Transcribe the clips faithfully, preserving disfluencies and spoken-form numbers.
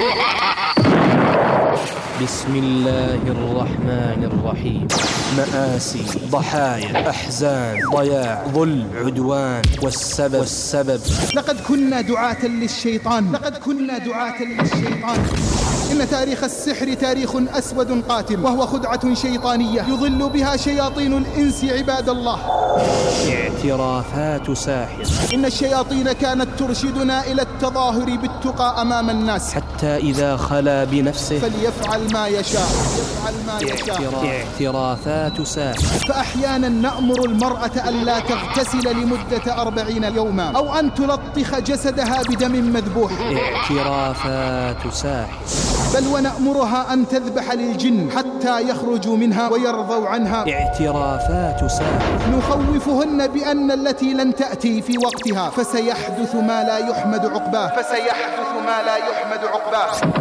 بسم الله الرحمن الرحيم. مآسي، ضحايا، أحزان، ضياع، ظلم، عدوان، والسبب والسبب لقد كنا دعاة للشيطان لقد كنا دعاة للشيطان إن تاريخ السحر تاريخ أسود قاتل، وهو خدعة شيطانية يضل بها شياطين الإنس عباد الله. اعترافات ساحر. إن الشياطين كانت ترشدنا إلى التظاهر بالتقى أمام الناس، حتى إذا خلا بنفسه فليفعل ما يشاء يفعل ما يشاء. اعترافات ساحر. فأحيانا نأمر المرأة ألا تغتسل لمدة أربعين يوما، أو أن تلطخ جسدها بدم مذبوح. اعترافات ساحر. بل ونأمرها أن تذبح للجن حتى يخرجوا منها ويرضوا عنها. اعترافات ساحر. نخوفهن بأن التي لن تأتي في وقتها فسيحدث ما لا يحمد عقباه فسيحدث ما لا يحمد عقباه.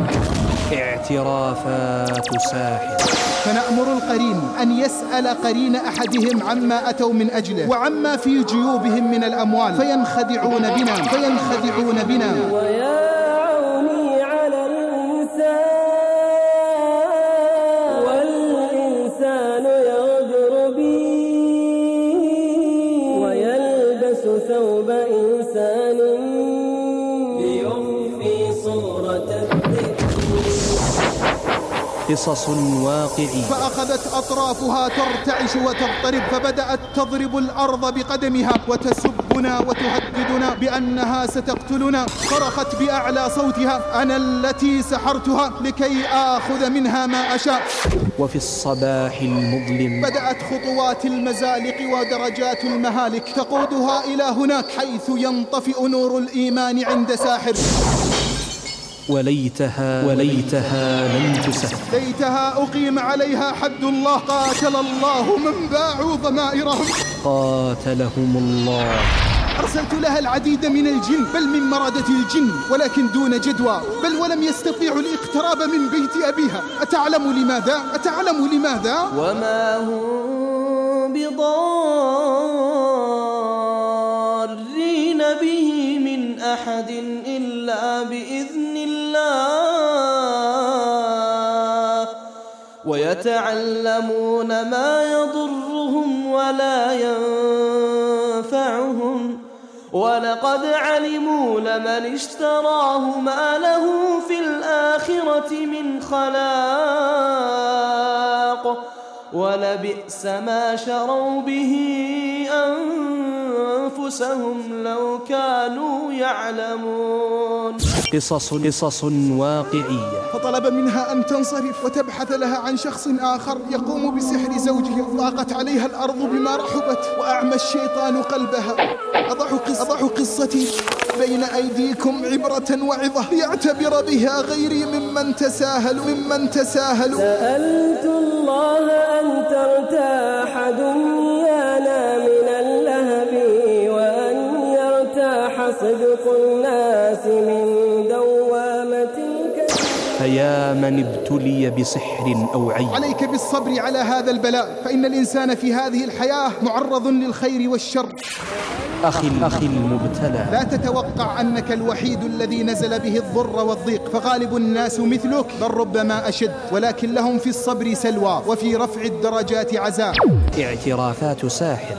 اعترافات ساحر. فنأمر القرين أن يسأل قرين أحدهم عما أتوا من أجله وعما في جيوبهم من الأموال، فينخدعون بنا فينخدعون بنا ثوب إنسان ليخفي صورة الذكر. قصص واقعية. فأخذت أطرافها ترتعش وتضطرب، فبدأت تضرب الأرض بقدمها وتسبنا وتهددنا بأنها ستقتلنا. صرخت بأعلى صوتها: أنا التي سحرتها لكي آخذ منها ما أشاء. وفي الصباح المظلم بدأت خطوات المزالق ودرجات المهالك تقودها إلى هناك حيث ينطفئ نور الإيمان عند ساحر. وليتها وليتها لم تسف. ليتها أقيم عليها حد الله. قاتل الله من باعوا ضمائرهم. قاتلهم الله. أرسلت لها العديد من الجن، بل من مردة الجن، ولكن دون جدوى، بل ولم يستطيعوا الاقتراب من بيت أبيها. أتعلم لماذا؟ أتعلم لماذا؟ وما هم بضارين به من أحد إلا بإذن الله، ويتعلمون ما يضرهم ولا ينفعهم، ولقد علموا لمن اشتراه ما له في الآخرة من خلاق، ولبئس ما شروا به أنفسهم لو كانوا يعلمون. قصص قصص واقعية. فطلب منها أن تنصرف وتبحث لها عن شخص آخر يقوم بسحر زوجها. ضاقت عليها الأرض بما رحبت وأعمى الشيطان قلبها. أضع قص أضع قصتي بين أيديكم عبرة وعظة ليعتبر بها غيري ممن تساهلوا ممن تساهلوا. سألت الله أن ترتاح دنيانا من اللهب، وأن يرتاح صدق الناس من دوامة الكذب. فيا من ابتلي بسحر أو عين، عليك بالصبر على هذا البلاء، فإن الإنسان في هذه الحياة معرض للخير والشر. أخي الأخي المبتلى، لا تتوقع أنك الوحيد الذي نزل به الضر والضيق، فغالب الناس مثلك بل ربما أشد، ولكن لهم في الصبر سلوى وفي رفع الدرجات عزاء. اعترافات ساحر.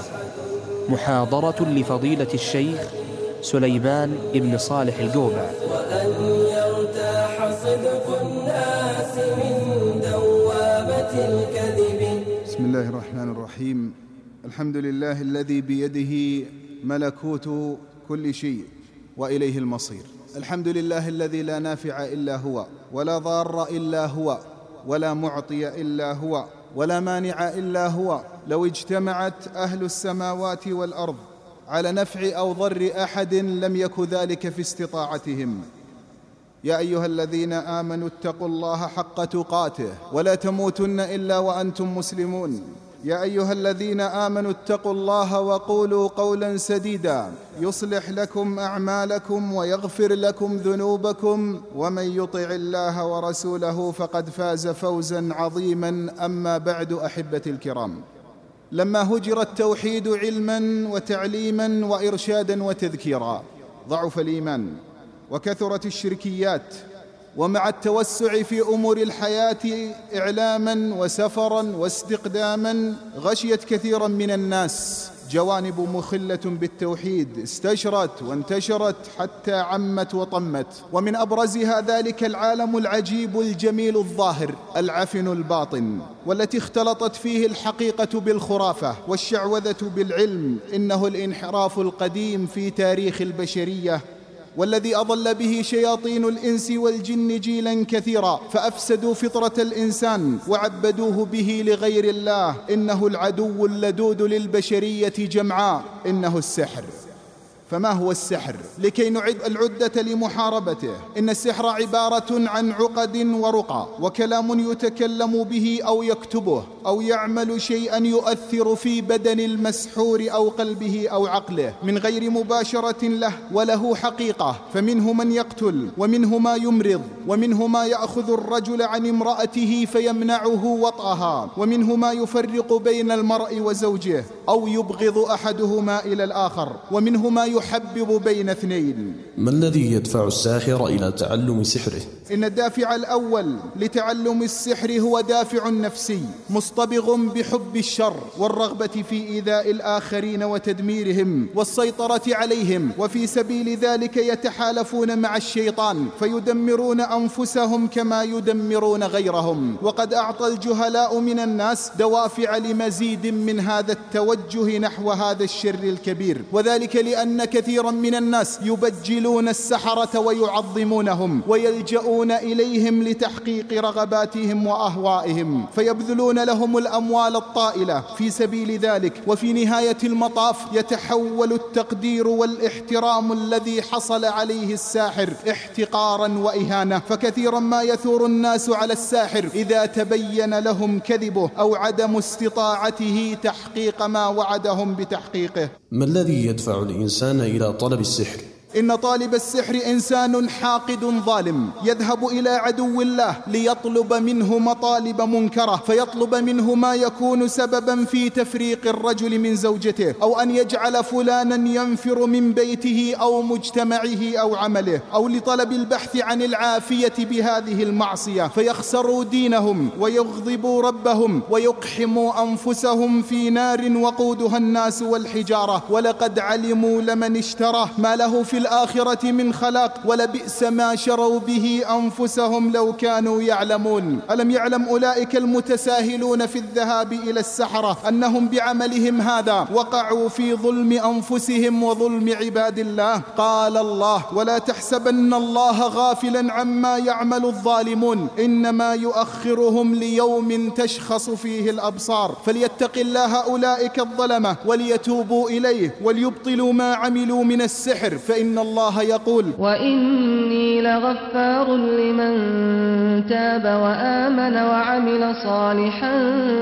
محاضرة لفضيلة الشيخ سليمان بن صالح الجوبع. وأن يرتاح صدق الناس من دوامة الكذب. بسم الله الرحمن الرحيم. الحمد لله الذي بيده ملكوت كل شيء وإليه المصير. الحمد لله الذي لا نافع إلا هو، ولا ضار إلا هو، ولا معطي إلا هو، ولا مانع إلا هو. لو اجتمعت أهل السماوات والأرض على نفع أو ضر أحد لم يك ذلك في استطاعتهم. يا أيها الذين آمنوا اتقوا الله حق تقاته ولا تموتن إلا وأنتم مسلمون. يا أيها الذين آمنوا اتقوا الله وقولوا قولا سديدا يصلح لكم أعمالكم ويغفر لكم ذنوبكم، ومن يطع الله ورسوله فقد فاز فوزا عظيما. أما بعد أحبتي الكرام، لما هجر التوحيد علما وتعليما وإرشادا وتذكيرا ضعف الإيمان وكثرت الشركيات ومع التوسع في أمور الحياة إعلاما وسفرا واستقداما غشيت كثيرا من الناس جوانب مخلة بالتوحيد استشرت وانتشرت حتى عمت وطمت، ومن أبرزها ذلك العالم العجيب الجميل الظاهر العفن الباطن، والتي اختلطت فيه الحقيقة بالخرافة والشعوذة بالعلم. إنه الانحراف القديم في تاريخ البشرية، والذي أضل به شياطين الإنس والجن جيلا كثيرا، فأفسدوا فطرة الإنسان وعبدوه به لغير الله. إنه العدو اللدود للبشرية جمعاء، إنه السحر. فما هو السحر؟ لكي نعد العدة لمحاربته. إن السحر عبارة عن عقد ورقى وكلام يتكلم به أو يكتبه أو يعمل شيئا يؤثر في بدن المسحور أو قلبه أو عقله من غير مباشرة له، وله حقيقة. فمنه من يقتل، ومنه ما يمرض، ومنه ما يأخذ الرجل عن امرأته فيمنعه وطئها، ومنه ما يفرق بين المرء وزوجه أو يبغض أحدهما إلى الآخر، ومنه ما يحبب بين اثنين. ما الذي يدفع الساحر إلى تعلم سحره؟ إن الدافع الأول لتعلم السحر هو دافع نفسي مصطبغ بحب الشر والرغبة في إيذاء الآخرين وتدميرهم والسيطرة عليهم، وفي سبيل ذلك يتحالفون مع الشيطان فيدمرون أنفسهم كما يدمرون غيرهم. وقد أعطى الجهلاء من الناس دوافع لمزيد من هذا التوجه نحو هذا الشر الكبير، وذلك لأن كثيرا من الناس يبجلون السحرة ويعظمونهم ويلجؤون إليهم لتحقيق رغباتهم وأهوائهم، فيبذلون لهم الأموال الطائلة في سبيل ذلك. وفي نهاية المطاف يتحول التقدير والاحترام الذي حصل عليه الساحر احتقارا وإهانة. فكثيرا ما يثور الناس على الساحر إذا تبين لهم كذبه أو عدم استطاعته تحقيق ما وعدهم بتحقيقه. ما الذي يدفع الإنسان إلى طلب السحر؟ إن طالب السحر إنسان حاقد ظالم يذهب إلى عدو الله ليطلب منه مطالب منكرة، فيطلب منه ما يكون سببا في تفريق الرجل من زوجته، أو أن يجعل فلانا ينفر من بيته أو مجتمعه أو عمله، أو لطلب البحث عن العافية بهذه المعصية، فيخسروا دينهم ويغضبوا ربهم ويقحموا أنفسهم في نار وقودها الناس والحجارة. ولقد علموا لمن اشتراه ما له في الآخرة من خلاق، ولبئس ما شروا به أنفسهم لو كانوا يعلمون. ألم يعلم أولئك المتساهلون في الذهاب إلى السحرة أنهم بعملهم هذا وقعوا في ظلم أنفسهم وظلم عباد الله؟ قال الله: ولا تحسبن الله غافلا عما يعمل الظالمون، إنما يؤخرهم ليوم تشخص فيه الأبصار. فليتق الله أولئك الظلمة وليتوبوا إليه وليبطلوا ما عملوا من السحر، فإن الله يقول: وإني لغفار لمن تاب وآمن وعمل صالحا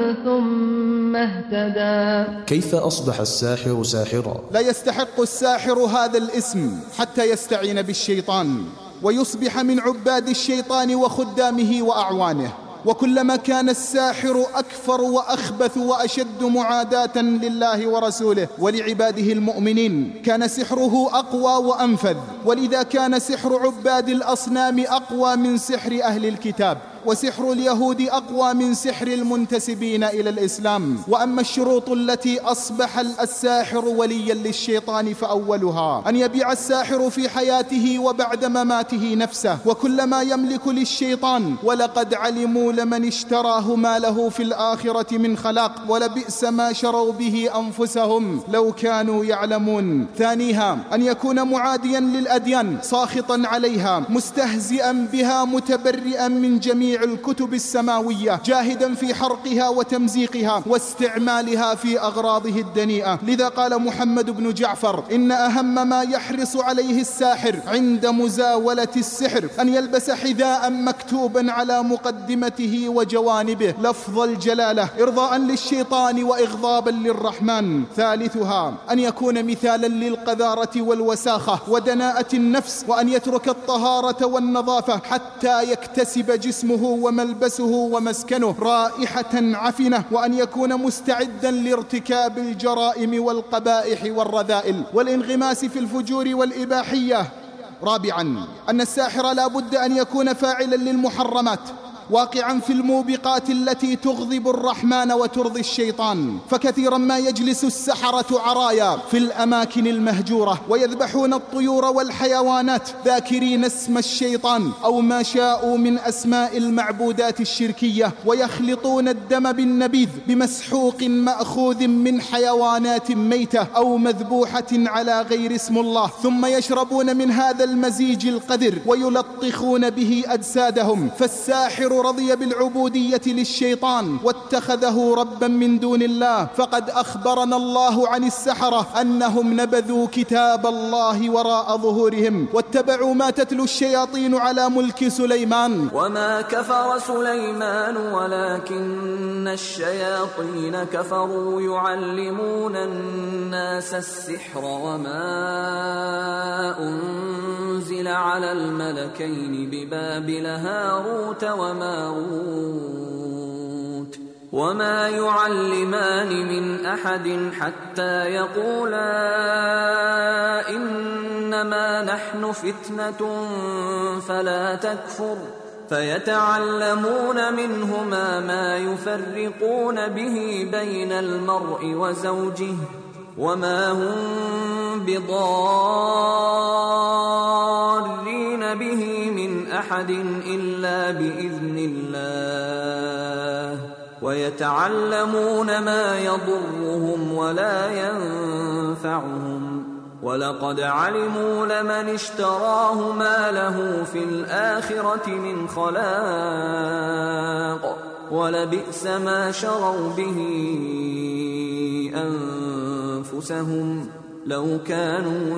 ثم اهتدى. كيف أصبح الساحر ساحرا؟ لا يستحق الساحر هذا الاسم حتى يستعين بالشيطان ويصبح من عباد الشيطان وخدامه وأعوانه. وكلما كان الساحر أكفر وأخبث وأشد معاداة لله ورسوله ولعباده المؤمنين كان سحره أقوى وأنفذ. ولذا كان سحر عباد الأصنام أقوى من سحر أهل الكتاب، وسحر اليهود أقوى من سحر المنتسبين إلى الإسلام. وأما الشروط التي أصبح الساحر وليا للشيطان فأولها أن يبيع الساحر في حياته وبعد مماته نفسه وكل ما يملك للشيطان. ولقد علموا لمن اشتراه ما له في الآخرة من خلاق، ولبئس ما شروا به أنفسهم لو كانوا يعلمون. ثانيها أن يكون معاديا للأديان ساخطا عليها مستهزئا بها متبرئا من جميع الكتب السماوية جاهدا في حرقها وتمزيقها واستعمالها في أغراضه الدنيئة. لذا قال محمد بن جعفر: إن أهم ما يحرص عليه الساحر عند مزاولة السحر أن يلبس حذاء مكتوبا على مقدمته وجوانبه لفظ الجلالة إرضاء للشيطان وإغضابا للرحمن. ثالثها أن يكون مثالا للقذارة والوساخة ودناءة النفس، وأن يترك الطهارة والنظافة حتى يكتسب جسمه وملبسه ومسكنه رائحة عفنة، وأن يكون مستعدا لارتكاب الجرائم والقبائح والرذائل والانغماس في الفجور والإباحية. رابعا أن الساحر لا بد أن يكون فاعلا للمحرمات، واقعا في الموبقات التي تغضب الرحمن وترضي الشيطان، فكثيرا ما يجلس السحرة عرايا في الأماكن المهجورة ويذبحون الطيور والحيوانات ذاكرين اسم الشيطان أو ما شاءوا من أسماء المعبودات الشركية، ويخلطون الدم بالنبيذ بمسحوق مأخوذ من حيوانات ميتة أو مذبوحة على غير اسم الله، ثم يشربون من هذا المزيج القذر ويلطخون به أجسادهم. فالساحر رضي بالعبودية للشيطان واتخذه ربا من دون الله، فقد أخبرنا الله عن السحرة أنهم نبذوا كتاب الله وراء ظهورهم واتبعوا ما تتلو الشياطين على ملك سليمان. وما كفر سليمان ولكن الشياطين كفروا يعلمون الناس السحر وما أنزل على الملكين ببابل هاروت وماروت وما يعلمان من أحد حتى يقولا إنما نحن فتنة فلا تكفر، فيتعلمون منهما ما يفرقون به بين المرء وزوجه وما هم بضارين به من أحد إلا بإذن الله، ويتعلمون ما يضرهم ولا ينفعهم، ولقد علموا لمن اشتراه ما له في الآخرة من خلاق، ولبئس ما شروا به أنفسهم لو كانوا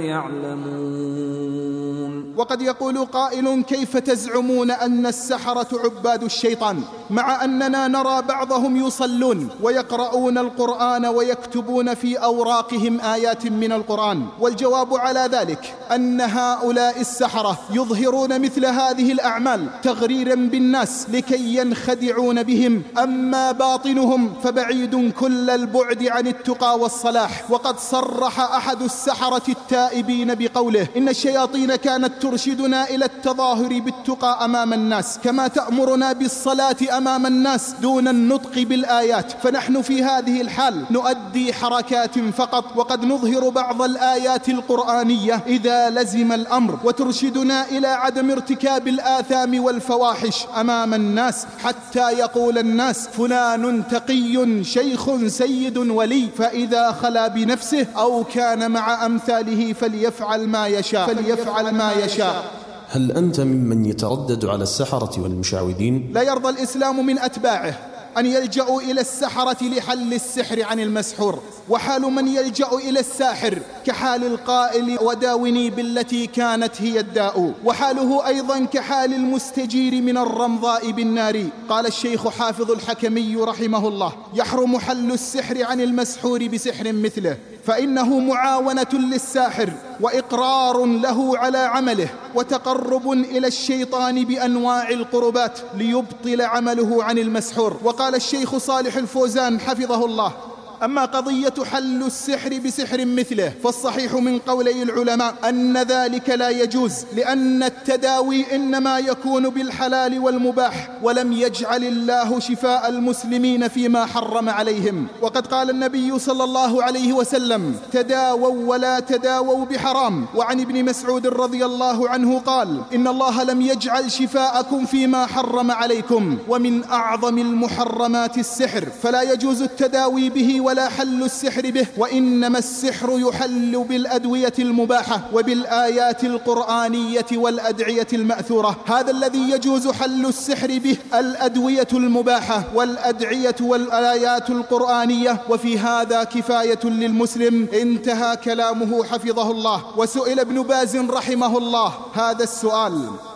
يعلمون. وقد يقول قائل: كيف تزعمون أن السحرة عباد الشيطان مع أننا نرى بعضهم يصلون ويقرؤون القرآن ويكتبون في أوراقهم آيات من القرآن؟ والجواب على ذلك أن هؤلاء السحرة يظهرون مثل هذه الأعمال تغريرا بالناس لكي ينخدعون بهم، أما باطنهم فبعيد كل البعد عن التقى والصلاح. وقد صرح أحد السحرة التائبين بقوله: إن الشياطين كانت ترشدنا إلى التظاهر بالتقى أمام الناس كما تأمرنا بالصلاة أمام الناس دون النطق بالآيات، فنحن في هذه الحال نؤدي حركات فقط، وقد نظهر بعض الآيات القرآنية إذا لزم الأمر، وترشدنا إلى عدم ارتكاب الآثام والفواحش أمام الناس، حتى يقول الناس: فلان تقي شيخ سيد ولي، فإذا خلا بنفسه أو كان مع أمثاله فليفعل ما يشاء فليفعل ما يشاء. هل أنت ممن يتردد على السحرة والمشعوذين؟ لا يرضى الإسلام من أتباعه أن يلجأوا إلى السحرة لحل السحر عن المسحور، وحال من يلجأ إلى الساحر كحال القائل: وداوني بالتي كانت هي الداء، وحاله أيضا كحال المستجير من الرمضاء بالنار. قال الشيخ حافظ الحكمي رحمه الله: يحرم حل السحر عن المسحور بسحر مثله، فإنه معاونة للساحر وإقرار له على عمله وتقرب إلى الشيطان بأنواع القربات ليبطل عمله عن المسحور. وقال الشيخ صالح الفوزان حفظه الله: أما قضية حل السحر بسحر مثله فالصحيح من قولي العلماء أن ذلك لا يجوز، لأن التداوي إنما يكون بالحلال والمباح، ولم يجعل الله شفاء المسلمين فيما حرم عليهم. وقد قال النبي صلى الله عليه وسلم: تداووا ولا تداووا بحرام. وعن ابن مسعود رضي الله عنه قال: إن الله لم يجعل شفاءكم فيما حرم عليكم، ومن أعظم المحرمات السحر، فلا يجوز التداوي به ولا حل السحر به، وإنما السحر يحل بالأدوية المباحة وبالآيات القرآنية والأدعية المأثورة. هذا الذي يجوز حل السحر به الأدوية المباحة والأدعية والآيات القرآنية، وفي هذا كفاية للمسلم. انتهى كلامه حفظه الله. وسئل ابن باز رحمه الله هذا السؤال: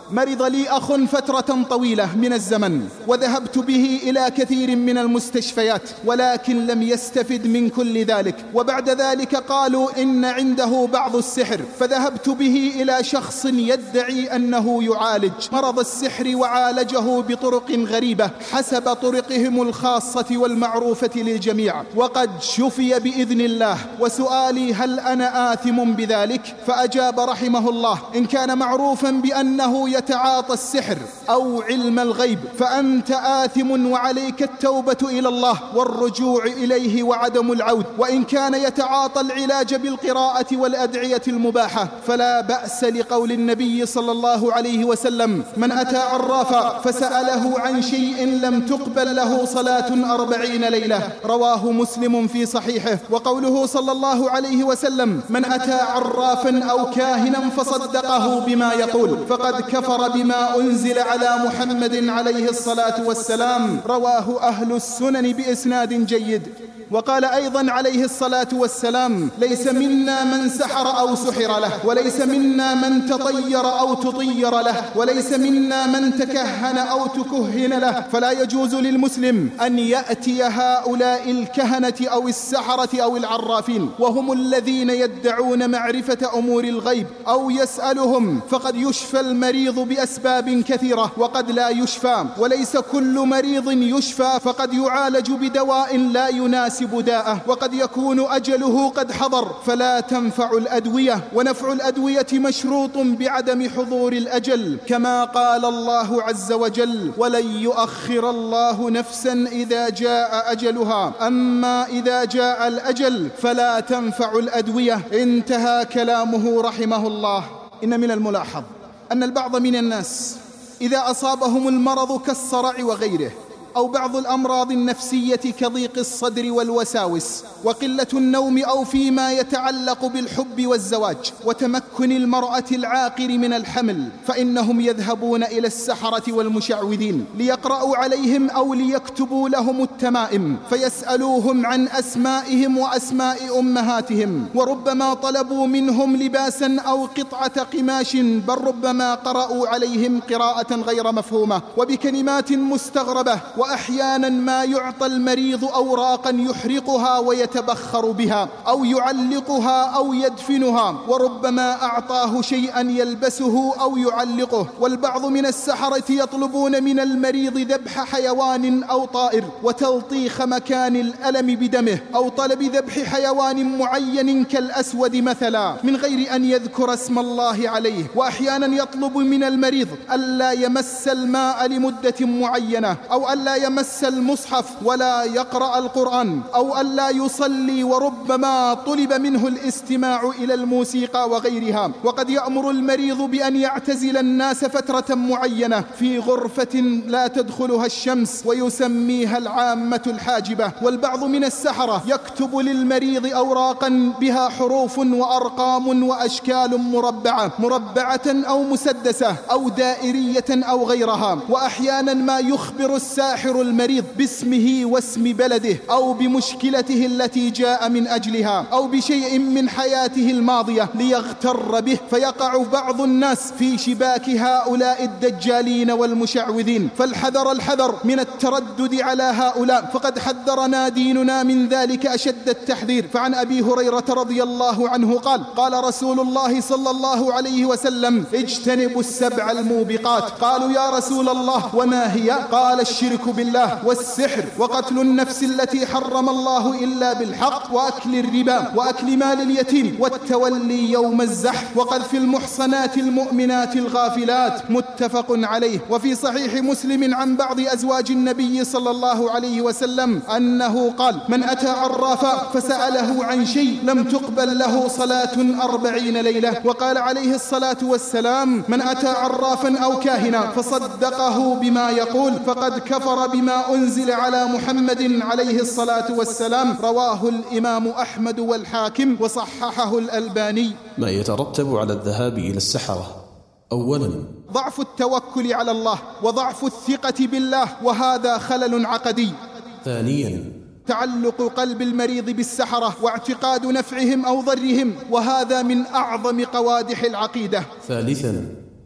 مرض لي أخ فترة طويلة من الزمن وذهبت به إلى كثير من المستشفيات ولكن لم يستفد من كل ذلك، وبعد ذلك قالوا إن عنده بعض السحر، فذهبت به إلى شخص يدعي أنه يعالج مرض السحر وعالجه بطرق غريبة حسب طرقهم الخاصة والمعروفة للجميع، وقد شفي بإذن الله. وسؤالي هل أنا آثم بذلك؟ فأجاب رحمه الله: إن كان معروفا بأنه يتعاطى السحر أو علم الغيب فأنت آثم وعليك التوبة إلى الله والرجوع إليه وعدم العود. وإن كان يتعاطى العلاج بالقراءة والأدعية المباحة فلا بأس، لقول النبي صلى الله عليه وسلم: من أتى عرافا فسأله عن شيء لم تقبل له صلاة أربعين ليلة، رواه مسلم في صحيحه. وقوله صلى الله عليه وسلم: من أتى عرافا أو كاهنا فصدقه بما يقول فقد كفر بما أنزل على محمد عليه الصلاة والسلام، رواه أهل السنن بإسناد جيد. وقال أيضا عليه الصلاة والسلام: ليس منا من سحر أو سحر له، وليس منا من تطير أو تطير له، وليس منا من تكهن أو تكهن له. فلا يجوز للمسلم أن يأتي هؤلاء الكهنة أو السحرة أو العرافين وهم الذين يدعون معرفة أمور الغيب أو يسألهم، فقد يشفى المريض بأسباب كثيرة وقد لا يشفى، وليس كل مريض يشفى، فقد يعالج بدواء لا يناسب داءه وقد يكون أجله قد حضر، فلا تنفع الأدوية. ونفع الأدوية مشروط بعدم حضور الأجل، كما قال الله عز وجل: ولن يؤخر الله نفسا إذا جاء أجلها، أما إذا جاء الأجل فلا تنفع الأدوية. انتهى كلامه رحمه الله. إن من الملاحظ أن البعض من الناس إذا أصابهم المرض كالصرع وغيره أو بعض الأمراض النفسية كضيق الصدر والوساوس وقلة النوم أو فيما يتعلق بالحب والزواج وتمكن المرأة العاقر من الحمل، فإنهم يذهبون إلى السحرة والمشعوذين ليقرأوا عليهم أو ليكتبوا لهم التمائم، فيسألوهم عن أسمائهم وأسماء أمهاتهم، وربما طلبوا منهم لباسا أو قطعة قماش، بل ربما قرأوا عليهم قراءة غير مفهومة وبكلمات مستغربة. وأحيانا ما يعطى المريض أوراقا يحرقها ويتبخر بها أو يعلقها أو يدفنها، وربما أعطاه شيئا يلبسه أو يعلقه. والبعض من السحرة يطلبون من المريض ذبح حيوان أو طائر وتلطيخ مكان الألم بدمه، أو طلب ذبح حيوان معين كالأسود مثلا من غير أن يذكر اسم الله عليه. وأحيانا يطلب من المريض ألا يمس الماء لمدة معينة، أو ألا يمس المصحف ولا يقرأ القرآن، أو ألا يصلي، وربما طلب منه الاستماع إلى الموسيقى وغيرها. وقد يأمر المريض بأن يعتزل الناس فترة معينة في غرفة لا تدخلها الشمس ويسميها العامة الحاجبة. والبعض من السحرة يكتب للمريض أوراقا بها حروف وأرقام وأشكال مربعة مربعة أو مسدسة أو دائرية أو غيرها. وأحيانا ما يخبر الساحر المريض باسمه واسم بلده أو بمشكلته التي جاء من أجلها أو بشيء من حياته الماضية ليغتر به، فيقع بعض الناس في شباك هؤلاء الدجالين والمشعوذين. فالحذر الحذر من التردد على هؤلاء، فقد حذرنا ديننا من ذلك أشد التحذير. فعن أبي هريرة رضي الله عنه قال: قال رسول الله صلى الله عليه وسلم: اجتنبوا السبع الموبقات. قالوا: يا رسول الله وما هي؟ قال: الشرك بالله والسحر وقتل النفس التي حرم الله إلا بالحق وأكل الربا وأكل مال اليتيم والتولي يوم الزحف وقذف المحصنات المؤمنات الغافلات. متفق عليه. وفي صحيح مسلم عن بعض أزواج النبي صلى الله عليه وسلم أنه قال: من أتى عرافا فسأله عن شيء لم تقبل له صلاة أربعين ليلة. وقال عليه الصلاة والسلام: من أتى عرافا أو كاهنا فصدقه بما يقول فقد كفر بما أنزل على محمد عليه الصلاة والسلام، رواه الإمام أحمد والحاكم وصححه الألباني. ما يترتب على الذهاب إلى السحرة: أولا ضعف التوكل على الله وضعف الثقة بالله، وهذا خلل عقدي. ثانيا تعلق قلب المريض بالسحرة واعتقاد نفعهم أو ضرهم، وهذا من أعظم قوادح العقيدة. ثالثا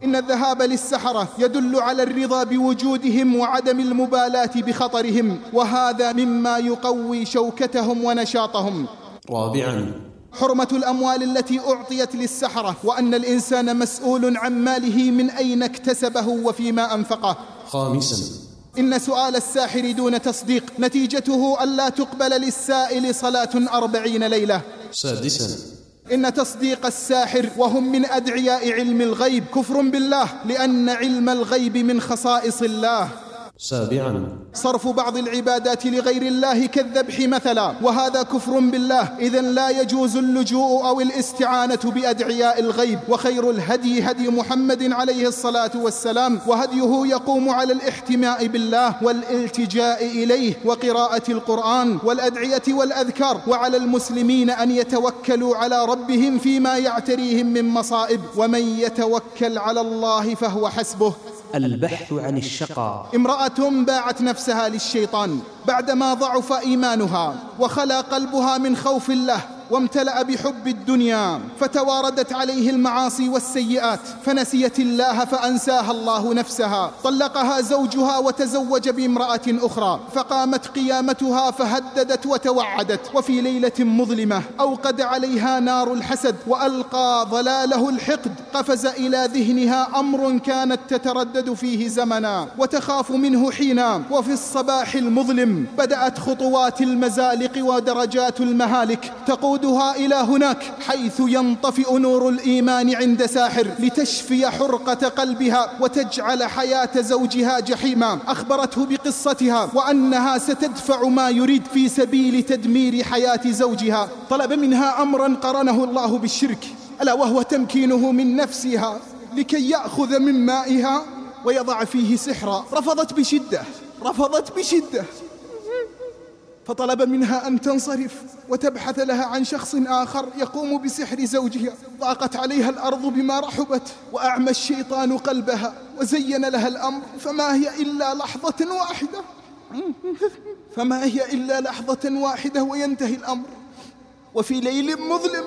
إن الذهاب للسحرة يدل على الرضا بوجودهم وعدم المبالاة بخطرهم، وهذا مما يقوي شوكتهم ونشاطهم. رابعا، حرمة الأموال التي أعطيت للسحرة، وأن الإنسان مسؤول عن ماله من أين اكتسبه وفيما أنفقه. خامسا، إن سؤال الساحر دون تصديق نتيجته ألا تقبل للسائل صلاة أربعين ليلة. سادسا، إن تصديق الساحر وهم من أدعياء علم الغيب كفر بالله، لأن علم الغيب من خصائص الله. سابعا، صرف بعض العبادات لغير الله كالذبح مثلا، وهذا كفر بالله، إذن لا يجوز اللجوء أو الاستعانة بأدعياء الغيب. وخير الهدي هدي محمد عليه الصلاة والسلام، وهديه يقوم على الاحتماء بالله والالتجاء إليه وقراءة القرآن والأدعية والأذكار، وعلى المسلمين أن يتوكلوا على ربهم فيما يعتريهم من مصائب، ومن يتوكل على الله فهو حسبه. البحث عن الشقاء. امرأة باعت نفسها للشيطان بعدما ضعف إيمانها وخلا قلبها من خوف الله وامتلأ بحب الدنيا، فتواردت عليه المعاصي والسيئات فنسيت الله فأنساها الله نفسها. طلقها زوجها وتزوج بامرأة أخرى، فقامت قيامتها فهددت وتوعدت، وفي ليلة مظلمة أوقد عليها نار الحسد وألقى ظلاله الحقد، قفز إلى ذهنها أمر كانت تتردد فيه زمنا وتخاف منه حينا. وفي الصباح المظلم بدأت خطوات المزالق ودرجات المهالك تقود إلى هناك حيث ينطفئ نور الإيمان عند ساحر لتشفي حرقة قلبها وتجعل حياة زوجها جحيما. أخبرته بقصتها وأنها ستدفع ما يريد في سبيل تدمير حياة زوجها. طلب منها أمرا قرنه الله بالشرك، ألا وهو تمكينه من نفسها لكي يأخذ من مائها ويضع فيه سحرا. رفضت بشدة رفضت بشدة فطلب منها أن تنصرف وتبحث لها عن شخص آخر يقوم بسحر زوجها. ضاقت عليها الأرض بما رحبت، وأعمى الشيطان قلبها وزين لها الأمر، فما هي إلا لحظة واحدة فما هي إلا لحظة واحدة وينتهي الأمر. وفي ليل مظلم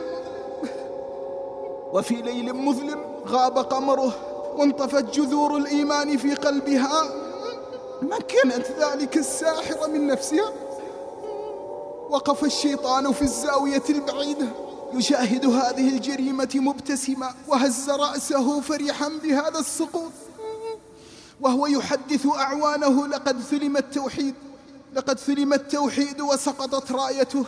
وفي ليل مظلم غاب قمره وانطفت جذور الإيمان في قلبها. مكنت ذلك الساحر من نفسها. وقف الشيطان في الزاوية البعيدة يشاهد هذه الجريمة مبتسما، وهز رأسه فرحا بهذا السقوط، وهو يحدث أعوانه: لقد ثلم التوحيد لقد ثلم التوحيد وسقطت رايته.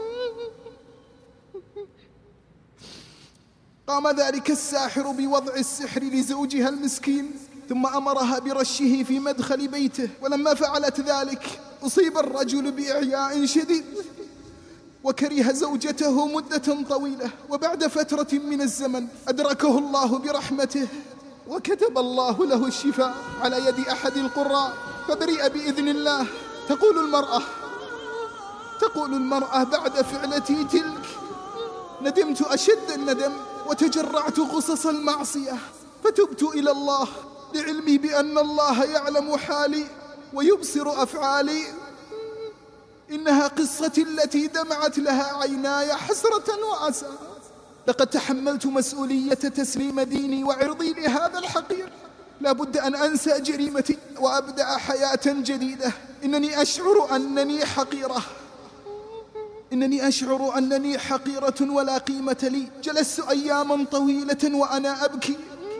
قام ذلك الساحر بوضع السحر لزوجها المسكين، ثم أمرها برشه في مدخل بيته. ولما فعلت ذلك أصيب الرجل بإعياء شديد وكره زوجته مدة طويلة، وبعد فترة من الزمن أدركه الله برحمته وكتب الله له الشفاء على يد أحد القراء فبرئ بإذن الله. تقول المرأة تقول المرأة بعد فعلتي تلك ندمت أشد الندم وتجرعت غصص المعصية فتبت إلى الله، لعلمي بأن الله يعلم حالي ويبصر أفعالي. إنها قصتي التي دمعت لها عيناي حسرة وأسى. لقد تحملت مسؤولية تسليم ديني وعرضي لهذا الحقير. لا بد أن أنسى جريمتي وأبدأ حياة جديدة. إنني أشعر أنني حقيرة إنني أشعر أنني حقيرة ولا قيمة لي. جلست أياما طويلة وأنا أبكي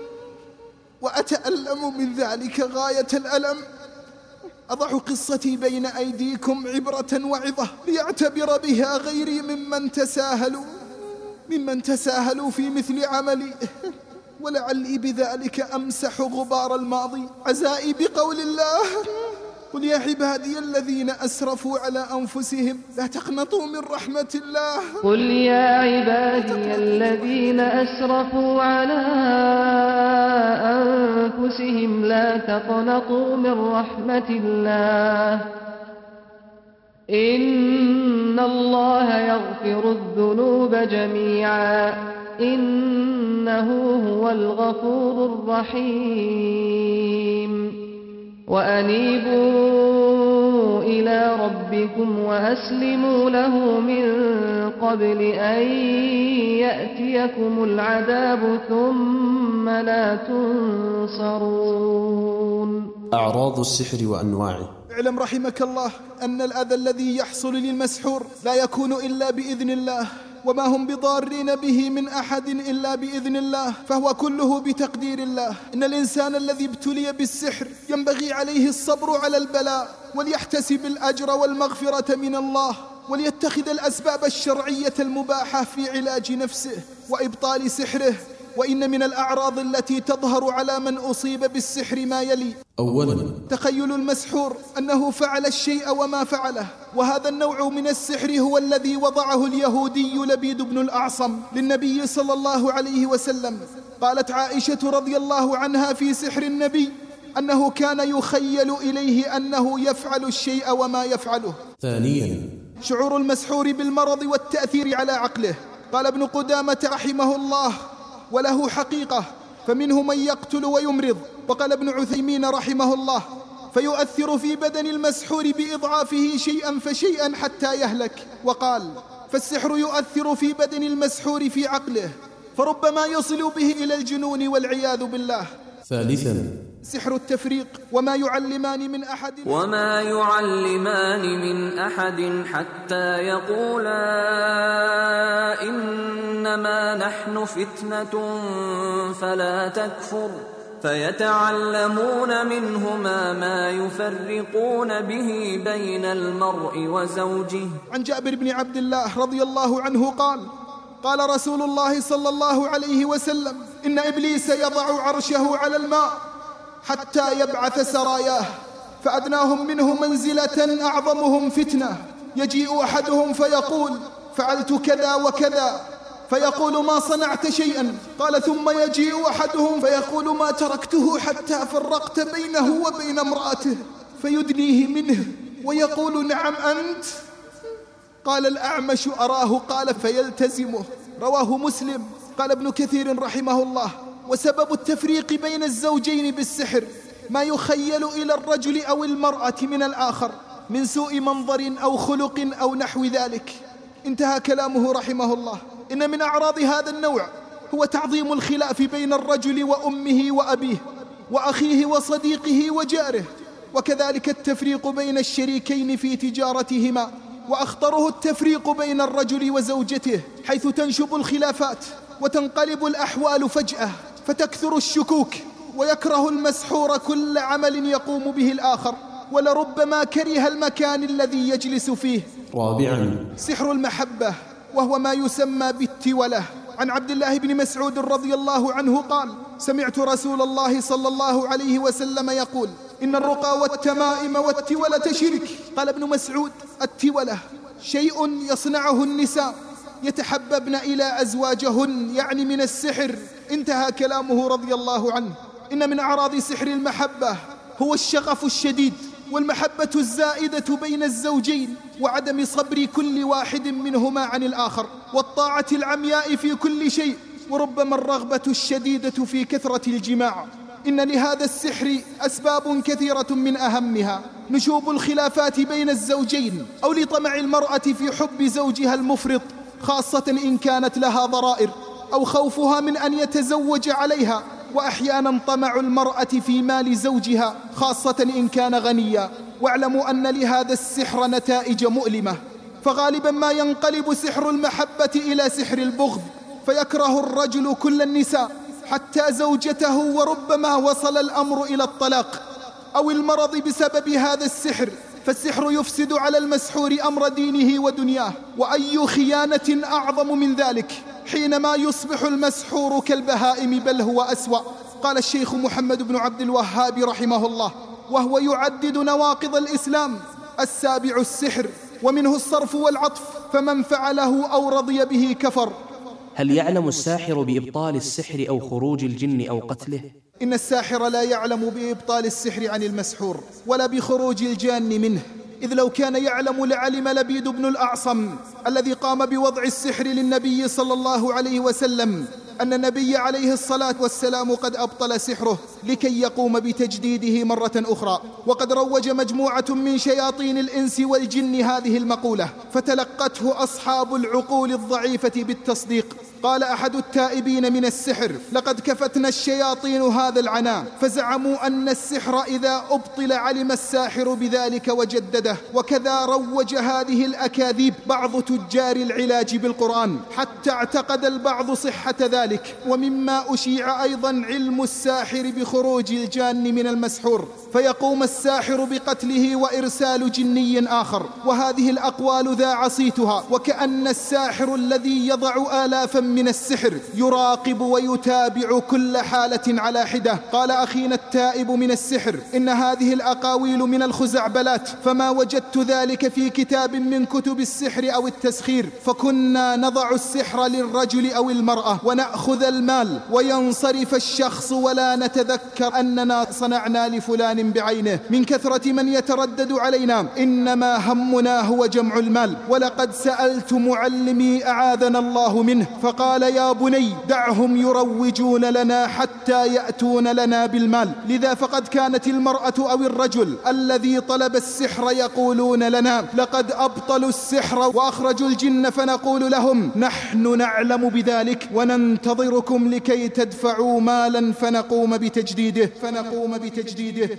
وأتألم من ذلك غاية الألم. أضع قصتي بين أيديكم عبرة وعظة ليعتبر بها غيري ممن تساهلوا ممن تساهلوا في مثل عملي، ولعلي بذلك أمسح غبار الماضي. عزائي بقول الله: قل يا عبادي الذين أسرفوا على أنفسهم لا تقنطوا من رحمة الله. قل يا عبادي الذين أسرفوا على أنفسهم لا تقنطوا من رحمة الله إن الله يغفر الذنوب جميعا إنه هو الغفور الرحيم. وأنيبوا إلى ربكم وأسلموا له من قبل أن يأتيكم العذاب ثم لا تنصرون. أعراض السحر وأنواعه. اعلم رحمك الله أن الأذى الذي يحصل للمسحور لا يكون إلا بإذن الله، وما هم بضارين به من أحد إلا بإذن الله، فهو كله بتقدير الله. إن الإنسان الذي ابتلي بالسحر ينبغي عليه الصبر على البلاء، وليحتسب الأجر والمغفرة من الله، وليتخذ الأسباب الشرعية المباحة في علاج نفسه وإبطال سحره. وإن من الأعراض التي تظهر على من أصيب بالسحر ما يلي: أولا تخيل المسحور أنه فعل الشيء وما فعله، وهذا النوع من السحر هو الذي وضعه اليهودي لبيد بن الأعصم للنبي صلى الله عليه وسلم. قالت عائشة رضي الله عنها في سحر النبي أنه كان يخيل إليه أنه يفعل الشيء وما يفعله. ثانيا شعور المسحور بالمرض والتأثير على عقله. قال ابن قدامة رحمه الله: وله حقيقة، فمنه من يقتل ويمرض. وقال ابن عثيمين رحمه الله: فيؤثر في بدن المسحور بإضعافه شيئا فشيئا حتى يهلك. وقال: فالسحر يؤثر في بدن المسحور في عقله، فربما يصل به إلى الجنون والعياذ بالله. ثالثا سحر التفريق. وما يعلمان من أحد وما يعلمان من أحد حتى يقولا إنما نحن فتنة فلا تكفر، فيتعلمون منهما ما يفرقون به بين المرء وزوجه. عن جابر بن عبد الله رضي الله عنه قال: قال رسول الله صلى الله عليه وسلم: إن إبليس يضع عرشه على الماء حتى يبعث سراياه، فأدناهم منه منزلة أعظمهم فتنة، يجيء أحدهم فيقول: فعلت كذا وكذا، فيقول: ما صنعت شيئا. قال: ثم يجيء أحدهم فيقول: ما تركته حتى فرقت بينه وبين امرأته، فيدنيه منه ويقول: نعم أنت. قال الأعمش: أراه. قال: فيلتزمه. رواه مسلم. قال ابن كثير رحمه الله: وسبب التفريق بين الزوجين بالسحر ما يخيل إلى الرجل أو المرأة من الآخر من سوء منظر أو خلق أو نحو ذلك. انتهى كلامه رحمه الله. إن من أعراض هذا النوع هو تعظيم الخلاف بين الرجل وأمه وأبيه وأخيه وصديقه وجاره، وكذلك التفريق بين الشريكين في تجارتهما. وأخطره التفريق بين الرجل وزوجته، حيث تنشب الخلافات وتنقلب الأحوال فجأة، فتكثر الشكوك، ويكره المسحور كل عمل يقوم به الآخر، ولربما كره المكان الذي يجلس فيه. رابعا سحر المحبة، وهو ما يسمى بالتولة. عن عبد الله بن مسعود رضي الله عنه قال: سمعت رسول الله صلى الله عليه وسلم يقول: إن الرقى والتمائم والتولة شرك. قال ابن مسعود: التولة شيء يصنعه النساء يتحببن إلى أزواجهن، يعني من السحر. انتهى كلامه رضي الله عنه. إن من أعراض سحر المحبة هو الشغف الشديد والمحبة الزائدة بين الزوجين، وعدم صبر كل واحد منهما عن الآخر، والطاعة العمياء في كل شيء، وربما الرغبة الشديدة في كثرة الجماع. إن لهذا السحر أسباب كثيرة، من أهمها نشوب الخلافات بين الزوجين، أو لطمع المرأة في حب زوجها المفرط، خاصة إن كانت لها ضرائر، أو خوفها من أن يتزوج عليها، وأحيانا طمع المرأة في مال زوجها، خاصة إن كان غنيا. واعلموا أن لهذا السحر نتائج مؤلمة، فغالبا ما ينقلب سحر المحبة إلى سحر البغض، فيكره الرجل كل النساء حتى زوجته، وربما وصل الأمر إلى الطلاق أو المرض بسبب هذا السحر. فالسحر يفسد على المسحور أمر دينه ودنياه، وأي خيانة أعظم من ذلك حينما يصبح المسحور كالبهائم، بل هو أسوأ. قال الشيخ محمد بن عبد الوهاب رحمه الله، وهو يعدد نواقض الإسلام: السابع السحر، ومنه الصرف والعطف، فمن فعله أو رضي به كفر. هل يعلم الساحر بإبطال السحر أو خروج الجن أو قتله؟ إن الساحر لا يعلم بإبطال السحر عن المسحور ولا بخروج الجان منه، إذ لو كان يعلم لعلم لبيد بن الأعصم الذي قام بوضع السحر للنبي صلى الله عليه وسلم أن النبي عليه الصلاة والسلام قد أبطل سحره لكي يقوم بتجديده مرة أخرى. وقد روج مجموعة من شياطين الإنس والجن هذه المقولة فتلقته أصحاب العقول الضعيفة بالتصديق. قال أحد التائبين من السحر: لقد كفتنا الشياطين هذا العناء، فزعموا أن السحر إذا أبطل علم الساحر بذلك وجدده. وكذا روج هذه الأكاذيب بعض تجار العلاج بالقرآن حتى اعتقد البعض صحة ذلك. ومما أشيع أيضا علم الساحر بخروج الجان من المسحور، فيقوم الساحر بقتله وإرسال جني آخر. وهذه الأقوال ذاع صيتها، وكأن الساحر الذي يضع آلافا من السحر يراقب ويتابع كل حالة على حدة. قال أخينا التائب من السحر: إن هذه الأقاويل من الخزعبلات، فما وجدت ذلك في كتاب من كتب السحر أو التسخير، فكنا نضع السحر للرجل أو المرأة ونأخذ المال وينصرف الشخص ولا نتذكر أننا صنعنا لفلان بعينه من كثرة من يتردد علينا. إنما همنا هو جمع المال. ولقد سألت معلمي أعاذنا الله منه فقال: يا بني دعهم يروجون لنا حتى يأتون لنا بالمال. لذا فقد كانت المرأة أو الرجل الذي طلب السحر يقولون لنا: لقد أبطلوا السحر وأخرجوا الجن، فنقول لهم: نحن نعلم بذلك وننتظركم لكي تدفعوا مالا فنقوم بتجديده فنقوم بتجديده.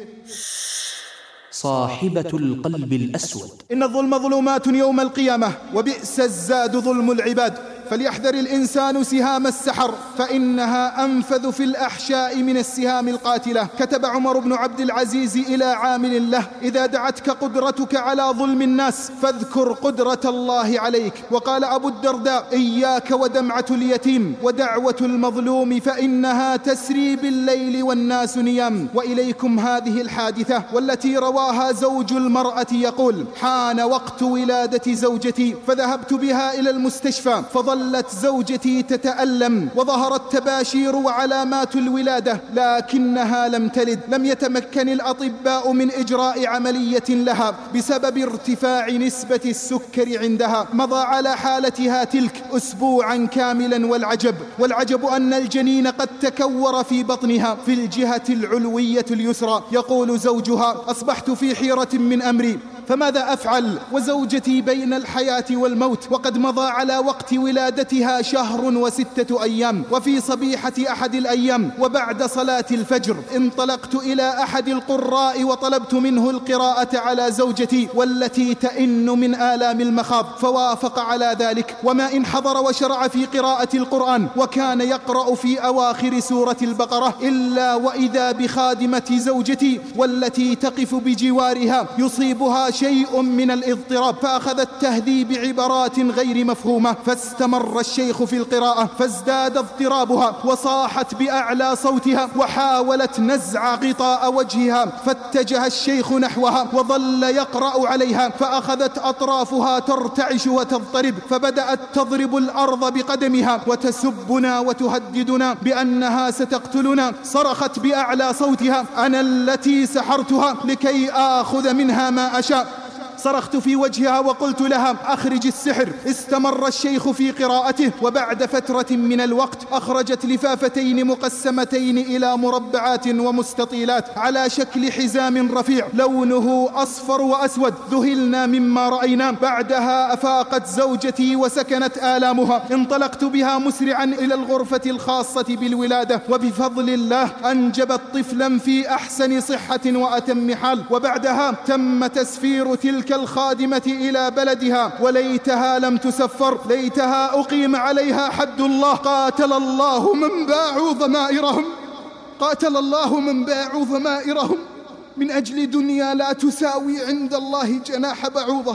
صاحبة القلب الأسود. إن الظلم ظلمات يوم القيامة، وبئس الزاد ظلم العباد. فليحذر الإنسان سهام السحر، فإنها أنفذ في الأحشاء من السهام القاتلة. كتب عمر بن عبد العزيز إلى عامل له: إذا دعتك قدرتك على ظلم الناس فاذكر قدرة الله عليك. وقال أبو الدرداء: إياك ودمعة اليتيم ودعوة المظلوم، فإنها تسري بالليل والناس نيام. وإليكم هذه الحادثة والتي رواها زوج المرأة يقول: حان وقت ولادة زوجتي فذهبت بها إلى المستشفى، فظل ظلت زوجتي تتألم وظهرت تباشير وعلامات الولادة لكنها لم تلد. لم يتمكن الأطباء من إجراء عملية لها بسبب ارتفاع نسبة السكر عندها. مضى على حالتها تلك أسبوعا كاملا، والعجب والعجب أن الجنين قد تكور في بطنها في الجهة العلوية اليسرى. يقول زوجها: أصبحت في حيرة من أمري، فماذا أفعل وزوجتي بين الحياة والموت، وقد مضى على وقت ولادتها شهر وستة أيام. وفي صبيحة أحد الأيام وبعد صلاة الفجر انطلقت إلى أحد القراء وطلبت منه القراءة على زوجتي والتي تئن من آلام المخاض، فوافق على ذلك. وما إن حضر وشرع في قراءة القرآن وكان يقرأ في أواخر سورة البقرة إلا وإذا بخادمة زوجتي والتي تقف بجوارها يصيبها شيء من الاضطراب، فأخذ التهذيب بعبارات غير مفهومة. فاستمر الشيخ في القراءة فازداد اضطرابها وصاحت بأعلى صوتها وحاولت نزع غطاء وجهها، فاتجه الشيخ نحوها وظل يقرأ عليها، فأخذت أطرافها ترتعش وتضطرب، فبدأت تضرب الأرض بقدمها وتسبنا وتهددنا بأنها ستقتلنا. صرخت بأعلى صوتها: أنا التي سحرتها لكي آخذ منها ما أشاء. صرخت في وجهها وقلت لها: أخرج السحر. استمر الشيخ في قراءته، وبعد فترة من الوقت أخرجت لفافتين مقسمتين إلى مربعات ومستطيلات على شكل حزام رفيع لونه أصفر وأسود. ذهلنا مما رأينا. بعدها أفاقت زوجتي وسكنت آلامها. انطلقت بها مسرعا إلى الغرفة الخاصة بالولادة، وبفضل الله أنجبت طفلا في أحسن صحة وأتم حال. وبعدها تم تسفير تلك الخادمة إلى بلدها، وليتها لم تسفر، ليتها أقيم عليها حد الله. قاتل الله من باعوا ضمائرهم، قاتل الله من باعوا ضمائرهم من أجل دنيا لا تساوي عند الله جناح بعوضة.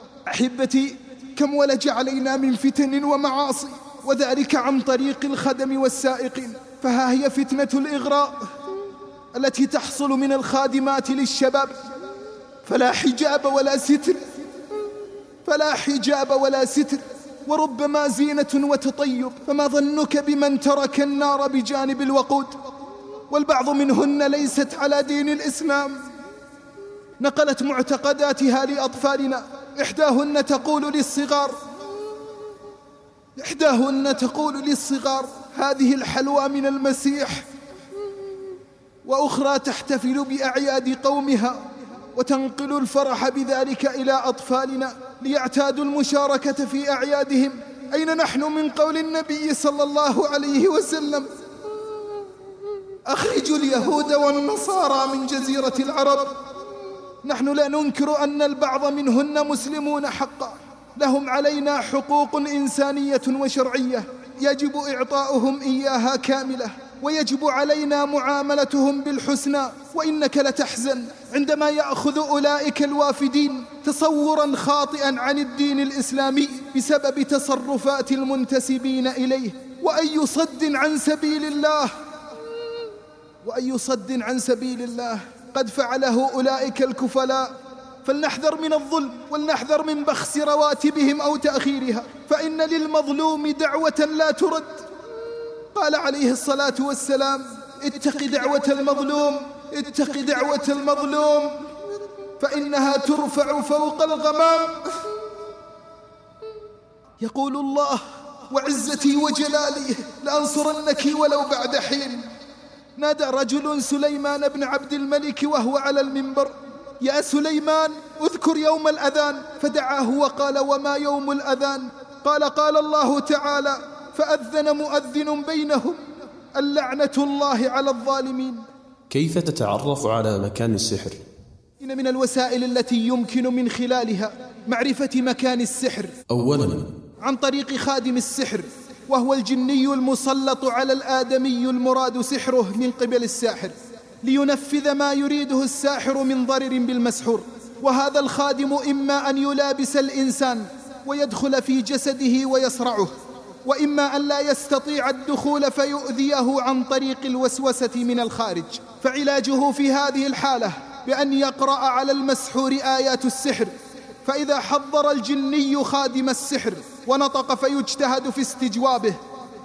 أحبتي، كم ولج علينا من فتن ومعاصي، وذلك عن طريق الخدم والسائقين. فها هي فتنة الإغراء التي تحصل من الخادمات للشباب، فلا حجاب ولا ستر، فلا حجاب ولا ستر، وربما زينة وتطيب. فما ظنك بمن ترك النار بجانب الوقود؟ والبعض منهن ليست على دين الإسلام، نقلت معتقداتها لأطفالنا. إحداهن تقول للصغار إحداهن تقول للصغار هذه الحلوى من المسيح، وأخرى تحتفل بأعياد قومها وتنقل الفرح بذلك إلى أطفالنا ليعتادوا المشاركة في أعيادهم. أين نحن من قول النبي صلى الله عليه وسلم: أخرجوا اليهود والنصارى من جزيرة العرب؟ نحن لا ننكر أن البعض منهن مسلمون حقا، لهم علينا حقوق إنسانية وشرعية يجب إعطاؤهم إياها كاملة، ويجب علينا معاملتهم بالحسنى. وإنك لتحزن عندما يأخذ أولئك الوافدين تصوراً خاطئاً عن الدين الإسلامي بسبب تصرفات المنتسبين إليه. وأي صد عن سبيل الله وأي صد عن سبيل الله قد فعله أولئك الكفلاء. فلنحذر من الظلم ولنحذر من بخس رواتبهم أو تأخيرها، فإن للمظلوم دعوة لا ترد. قال عليه الصلاة والسلام: اتق دعوة المظلوم اتق دعوة المظلوم فإنها ترفع فوق الغمام. يقول الله: وعزتي وجلالي لأنصرنك ولو بعد حين. نادى رجل سليمان بن عبد الملك وهو على المنبر: يا سليمان اذكر يوم الأذان. فدعاه وقال: وما يوم الأذان؟ قال: قال الله تعالى: فأذن مؤذن بينهم اللعنة الله على الظالمين. كيف تتعرف على مكان السحر؟ إن من الوسائل التي يمكن من خلالها معرفة مكان السحر أولاً عن طريق خادم السحر، وهو الجني المسلط على الآدمي المراد سحره من قبل الساحر لينفذ ما يريده الساحر من ضرر بالمسحور. وهذا الخادم إما أن يلابس الإنسان ويدخل في جسده ويصرعه، وإما أن لا يستطيع الدخول فيؤذيه عن طريق الوسوسة من الخارج. فعلاجه في هذه الحالة بأن يقرأ على المسحور آيات السحر، فإذا حضر الجني خادم السحر ونطق فيجتهد في استجوابه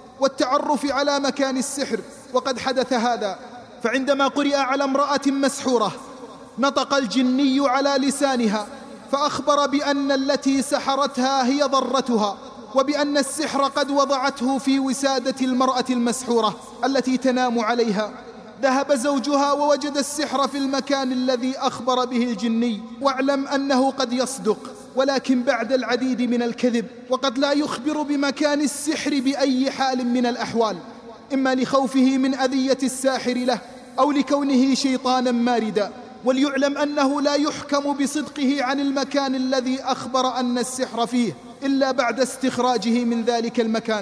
والتعرف على مكان السحر. وقد حدث هذا، فعندما قرئ على امرأة مسحورة نطق الجني على لسانها فأخبر بأن التي سحرتها هي ضرتها، وبأن السحر قد وضعته في وسادة المرأة المسحورة التي تنام عليها. ذهب زوجها ووجد السحر في المكان الذي أخبر به الجني. واعلم أنه قد يصدق، ولكن بعد العديد من الكذب، وقد لا يخبر بمكان السحر بأي حال من الأحوال، إما لخوفه من أذية الساحر له أو لكونه شيطانا ماردا. وليعلم أنه لا يحكم بصدقه عن المكان الذي أخبر أن السحر فيه إلا بعد استخراجه من ذلك المكان.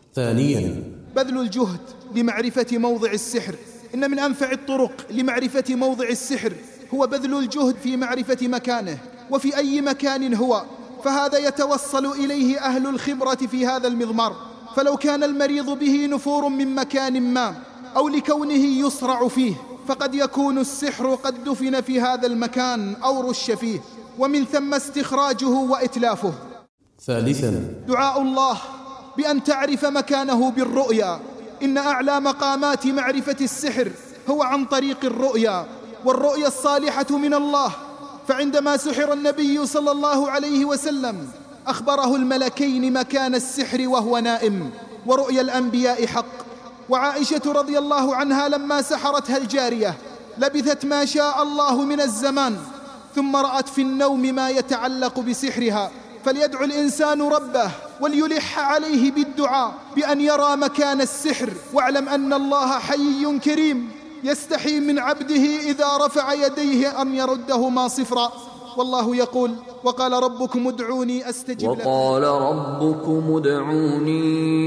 ثانياً بذل الجهد لمعرفة موضع السحر. إن من أنفع الطرق لمعرفة موضع السحر هو بذل الجهد في معرفة مكانه وفي أي مكان هو، فهذا يتوصل إليه أهل الخبرة في هذا المضمار. فلو كان المريض به نفور من مكان ما أو لكونه يصرع فيه، فقد يكون السحر قد دفن في هذا المكان أو رش فيه، ومن ثم استخراجه وإتلافه. ثالثاً دعاء الله بأن تعرف مكانه بالرؤيا. إن أعلى مقامات معرفة السحر هو عن طريق الرؤيا، والرؤيا الصالحة من الله. فعندما سحر النبي صلى الله عليه وسلم أخبره الملكين مكان السحر وهو نائم، ورؤيا الأنبياء حق. وعائشة رضي الله عنها لما سحرتها الجارية لبثت ما شاء الله من الزمان ثم رأت في النوم ما يتعلق بسحرها. فليدعو الإنسان ربه وليلح عليه بالدعاء بأن يرى مكان السحر. واعلم أن الله حيي كريم يستحي من عبده إذا رفع يديه أن يردهما صفرا. والله يقول: وقال ربكم ادعوني أستجب لكم. وقال ربكم ادعوني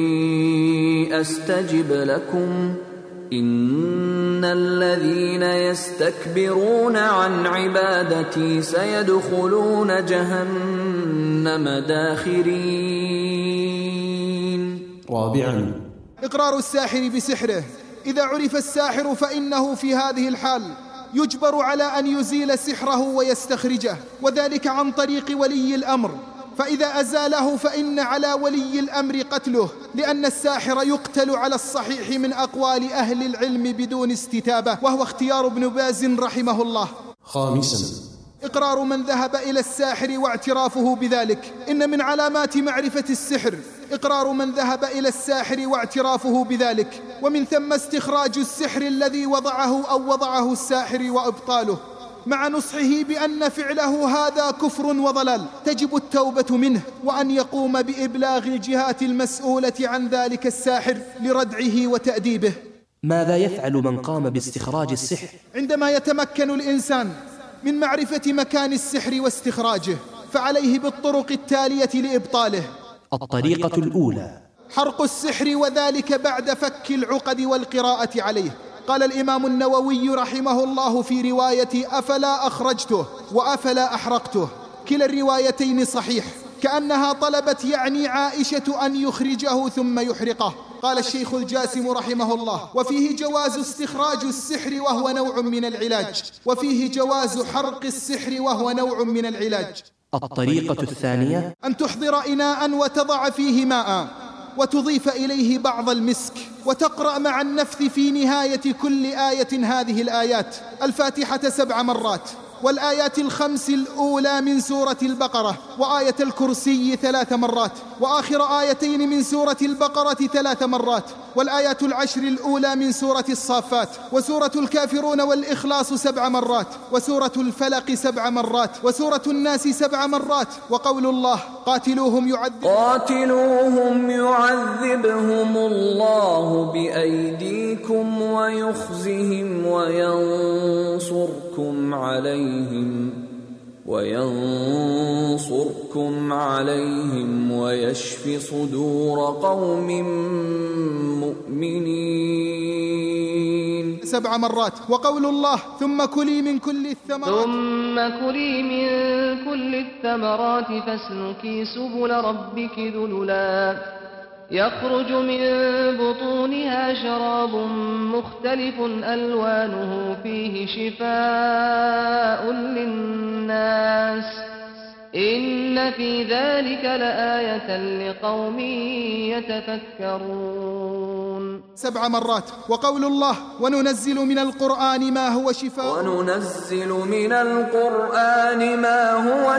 أستجب لكم إن الذين يستكبرون عن عبادتي سيدخلون جهنم داخرين. رابعاً إقرار الساحر بسحره. إذا عرف الساحر فإنه في هذه الحال يجبر على أن يزيل سحره ويستخرجه، وذلك عن طريق ولي الأمر. فإذا أزاله فإن على ولي الأمر قتله، لأن الساحر يقتل على الصحيح من أقوال أهل العلم بدون استتابة، وهو اختيار ابن باز رحمه الله. خامساً إقرار من ذهب إلى الساحر واعترافه بذلك. إن من علامات معرفة السحر إقرار من ذهب إلى الساحر واعترافه بذلك، ومن ثم استخراج السحر الذي وضعه أو وضعه الساحر وإبطاله، مع نصحه بأن فعله هذا كفر وضلال تجب التوبة منه، وأن يقوم بإبلاغ الجهات المسؤولة عن ذلك الساحر لردعه وتأديبه. ماذا يفعل من قام باستخراج السحر؟ عندما يتمكن الإنسان من معرفة مكان السحر واستخراجه فعليه بالطرق التالية لإبطاله. الطريقة الأولى: حرق السحر، وذلك بعد فك العقد والقراءة عليه. قال الإمام النووي رحمه الله في رواية أفلا أخرجته وأفلا أحرقته، كلا الروايتين صحيح، كأنها طلبت يعني عائشة أن يخرجه ثم يحرقه. قال الشيخ الجاسم رحمه الله: وفيه جواز استخراج السحر وهو نوع من العلاج، وفيه جواز حرق السحر وهو نوع من العلاج. الطريقة الثانية: أن تحضر إناء وتضع فيه ماء وتضيف إليه بعض المسك، وتقرأ مع النفث في نهاية كل آية هذه الآيات: الفاتحة سبع مرات، والآيات الخمس الأولى من سورة البقرة، وآية الكرسي ثلاث مرات، وآخر آيتين من سورة البقرة ثلاث مرات، والآيات العشر الأولى من سورة الصافات، وسورة الكافرون والإخلاص سبع مرات، وسورة الفلق سبع مرات، وسورة الناس سبع مرات. وقول الله: قاتلوهم يعذب قاتلوهم يعذبهم الله بأيديكم ويخزهم وينصركم عليهم وينصركم عليهم ويشف صدور قوم مؤمنين سبع مرات. وقول الله: ثم كلي من كل الثمرات ثم كلي من كل الثمرات فاسلكي سبل ربك ذللا يخرج من بطونها شراب مختلف ألوانه فيه شفاء للناس إن في ذلك لآية لقوم يتفكرون. سبع مرات. وقول الله: وننزل من القرآن ما هو شفاء وننزل من القرآن ما هو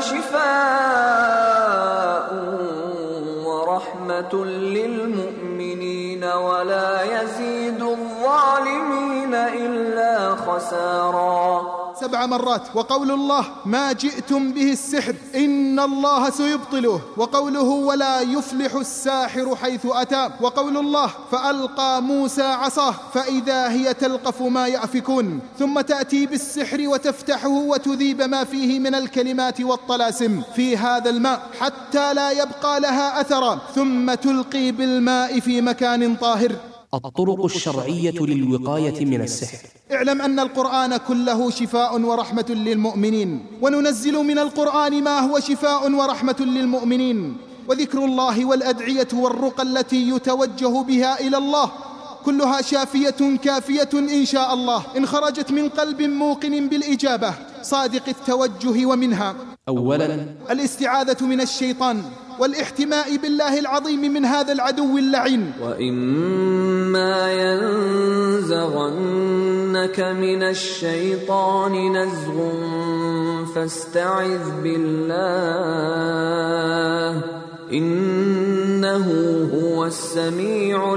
شفاء ورحمة للمؤمنين ولا يزيد الظالمين إلا خسارا. سبع مرات. وقول الله: ما جئتم به السحر إن الله سيبطله. وقوله: ولا يفلح الساحر حيث أتى. وقول الله: فألقى موسى عصاه فإذا هي تلقف ما يأفكون. ثم تأتي بالسحر وتفتحه وتذيب ما فيه من الكلمات والطلاسم في هذا الماء حتى لا يبقى لها أثرا، ثم تلقي بالماء في مكان طاهر. الطرق الشرعية للوقاية من السحر. اعلم أن القرآن كله شفاء ورحمة للمؤمنين، وننزل من القرآن ما هو شفاء ورحمة للمؤمنين. وذكر الله والأدعية والرقى التي يتوجه بها إلى الله كلها شافية كافية إن شاء الله إن خرجت من قلب موقن بالإجابة صادق التوجه. ومنها: أولا الاستعاذة من الشيطان والاحتماء بالله العظيم من هذا العدو اللعين. وإما ينزغنك من الشيطان نزغ فاستعذ بالله إنه هو السميع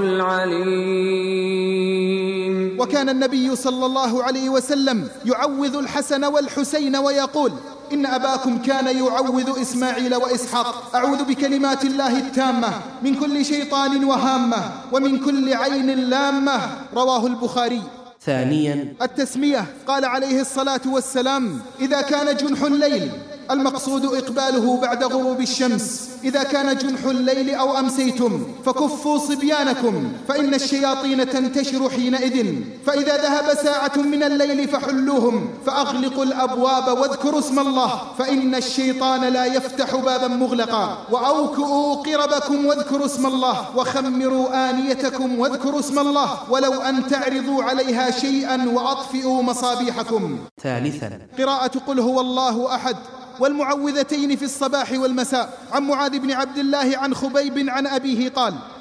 العليم. وكان النبي صلى الله عليه وسلم يعوذ الحسن والحسين ويقول: إن أباكم كان يعوذ إسماعيل وإسحاق أعوذ بكلمات الله التامة من كل شيطان وهامة ومن كل عين لامة. رواه البخاري. ثانيا التسمية. قال عليه الصلاة والسلام: إذا كان جنح الليل، المقصود إقباله بعد غروب الشمس، إذا كان جنح الليل أو أمسيتم فكفوا صبيانكم فإن الشياطين تنتشر حينئذ، فإذا ذهب ساعة من الليل فحلوهم فأغلقوا الأبواب واذكروا اسم الله فإن الشيطان لا يفتح بابا مغلقا، وأوكئوا قربكم واذكروا اسم الله، وخمروا آنيتكم واذكروا اسم الله، ولو أن تعرضوا عليها شيئا وأطفئوا مصابيحكم. ثالثا قراءة قل هو الله أحد والمعوذتين في الصباح والمساء. عن معاذ بن عبد الله عن خبيب عن أبيه قال: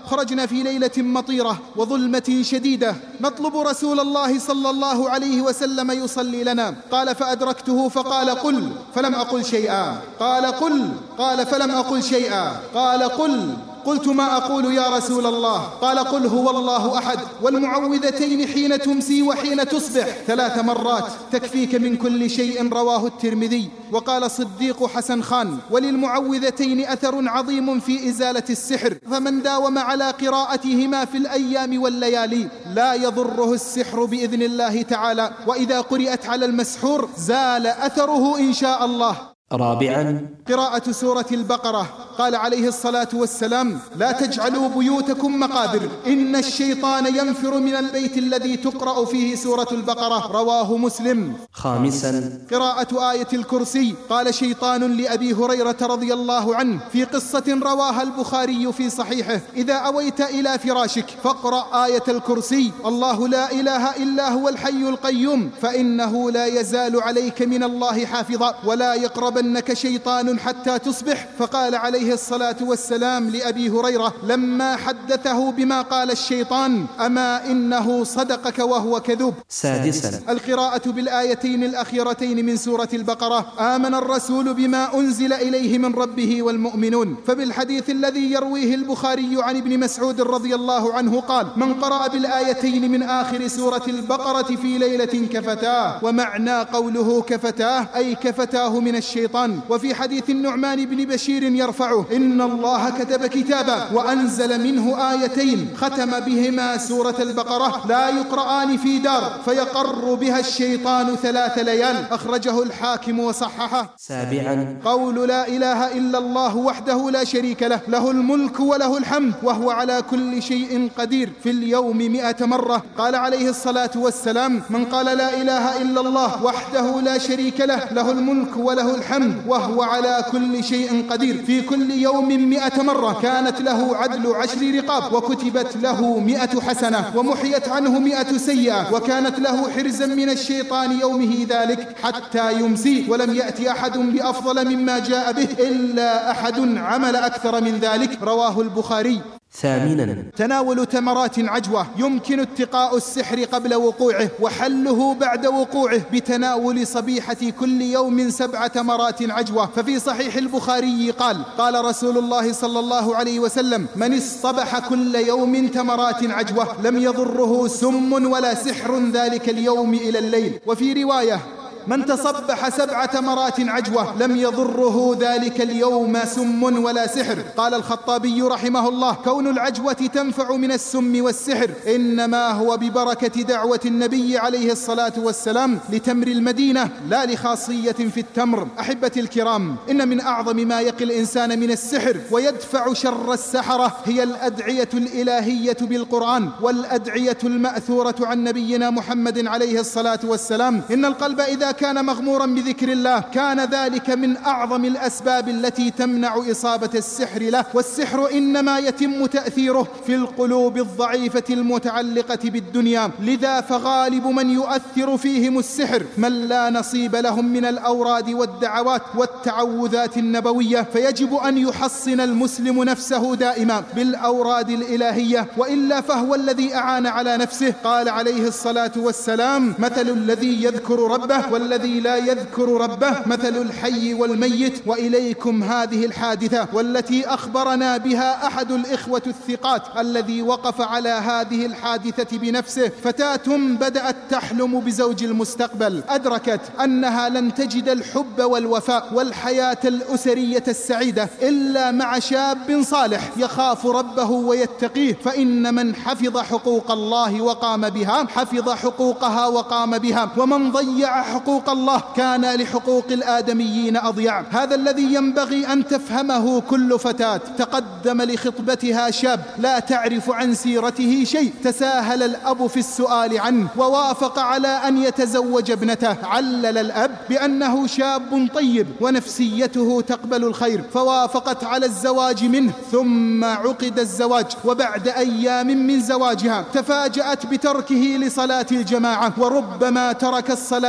خرجنا في ليلة مطيرة وظلمة شديدة نطلب رسول الله صلى الله عليه وسلم يصلي لنا. قال فأدركته فقال قل، فلم أقل شيئا. قال قل، قال فلم أقل شيئا. قال قل، قلت ما أقول يا رسول الله؟ قال قل هو الله أحد والمعوذتين حين تمسي وحين تصبح ثلاث مرات تكفيك من كل شيء. رواه الترمذي. وقال صديق حسن خان وللمعوذتين أثر عظيم في إزالة السحر، فمن داوم على قراءتهما في الأيام والليالي لا يضره السحر بإذن الله تعالى، وإذا قرأت على المسحور زال أثره إن شاء الله. رابعا قراءة سورة البقرة. قال عليه الصلاة والسلام لا تجعلوا بيوتكم مقابر إن الشيطان ينفر من البيت الذي تقرأ فيه سورة البقرة. رواه مسلم. خامسا قراءة آية الكرسي. قال شيطان لأبي هريرة رضي الله عنه في قصة رواها البخاري في صحيحه إذا أويت إلى فراشك فاقرأ آية الكرسي الله لا إله إلا هو الحي القيوم فإنه لا يزال عليك من الله حافظا ولا يقربنك شيطان حتى تصبح. فقال عليه الصلاة والسلام لأبي هريرة لما حدثه بما قال الشيطان أما إنه صدقك وهو كذوب. سادسا القراءة بالآيتين الأخيرتين من سورة البقرة. آمن الرسول بما أنزل إليه من ربه والمؤمنون. فبالحديث الذي يرويه البخاري عن ابن مسعود رضي الله عنه قال من قرأ بالآيتين من آخر سورة البقرة في ليلة كفتاه. ومعنى قوله كفتاه أي كفتاه من الشيطان. وفي حديث النعمان بن بشير يرفعه إن الله كتب كتابا وأنزل منه آيتين ختم بهما سورة البقرة لا يقرآن في دار فيقر بها الشيطان ثلاث ليال. أخرجه الحاكم وصححه. سابعا قول لا إله إلا الله وحده لا شريك له له الملك وله الحمد وهو على كل شيء قدير في اليوم مئة مرة. قال عليه الصلاة والسلام من قال لا إله إلا الله وحده لا شريك له له الملك وله الحمد وهو على كل شيء قدير في كل يوم مئة مرة كانت له عدل عشر رقاب وكتبت له مئة حسنة ومحيت عنه مئة سيئة وكانت له حرزا من الشيطان يومه ذلك حتى يمسي ولم يأتي أحد بأفضل مما جاء به إلا أحد عمل أكثر من ذلك. رواه البخاري. ثامنا تناول تمرات عجوة يمكن اتقاء السحر قبل وقوعه وحله بعد وقوعه بتناول صبيحة كل يوم سبع تمرات عجوة. ففي صحيح البخاري قال قال رسول الله صلى الله عليه وسلم من اصطبح كل يوم تمرات عجوة لم يضره سم ولا سحر ذلك اليوم إلى الليل. وفي رواية من تصبح سبع تمرات عجوة لم يضره ذلك اليوم سم ولا سحر. قال الخطابي رحمه الله كون العجوة تنفع من السم والسحر إنما هو ببركة دعوة النبي عليه الصلاة والسلام لتمر المدينة لا لخاصية في التمر. أحبتي الكرام إن من أعظم ما يقي الإنسان من السحر ويدفع شر السحرة هي الأدعية الإلهية بالقرآن والأدعية المأثورة عن نبينا محمد عليه الصلاة والسلام. إن القلب إذا كان مغمورا بذكر الله كان ذلك من أعظم الأسباب التي تمنع إصابة السحر له. والسحر إنما يتم تأثيره في القلوب الضعيفة المتعلقة بالدنيا لذا فغالب من يؤثر فيهم السحر من لا نصيب لهم من الأوراد والدعوات والتعوذات النبوية. فيجب أن يحصن المسلم نفسه دائما بالأوراد الإلهية وإلا فهو الذي أعان على نفسه. قال عليه الصلاة والسلام مثل الذي يذكر ربه والذي لا يذكر ربه مثل الحي والميت. وإليكم هذه الحادثة والتي أخبرنا بها أحد الإخوة الثقات الذي وقف على هذه الحادثة بنفسه. فتاة بدأت تحلم بزوج المستقبل أدركت أنها لن تجد الحب والوفاء والحياة الأسرية السعيدة إلا مع شاب صالح يخاف ربه ويتقيه. فإن من حفظ حقوق الله وقام بها حفظ حقوقها وقام بها ومن ضيع حقوق الله كان لحقوق الآدميين أضيع. هذا الذي ينبغي أن تفهمه كل فتاة تقدم لخطبتها شاب لا تعرف عن سيرته شيء تساهل الأب في السؤال عنه ووافق على أن يتزوج ابنته. علل الأب بأنه شاب طيب ونفسيته تقبل الخير فوافقت على الزواج منه ثم عقد الزواج وبعد أيام من زواجها تفاجأت بتركه لصلاة الجماعة وربما ترك الصلاة أحيانا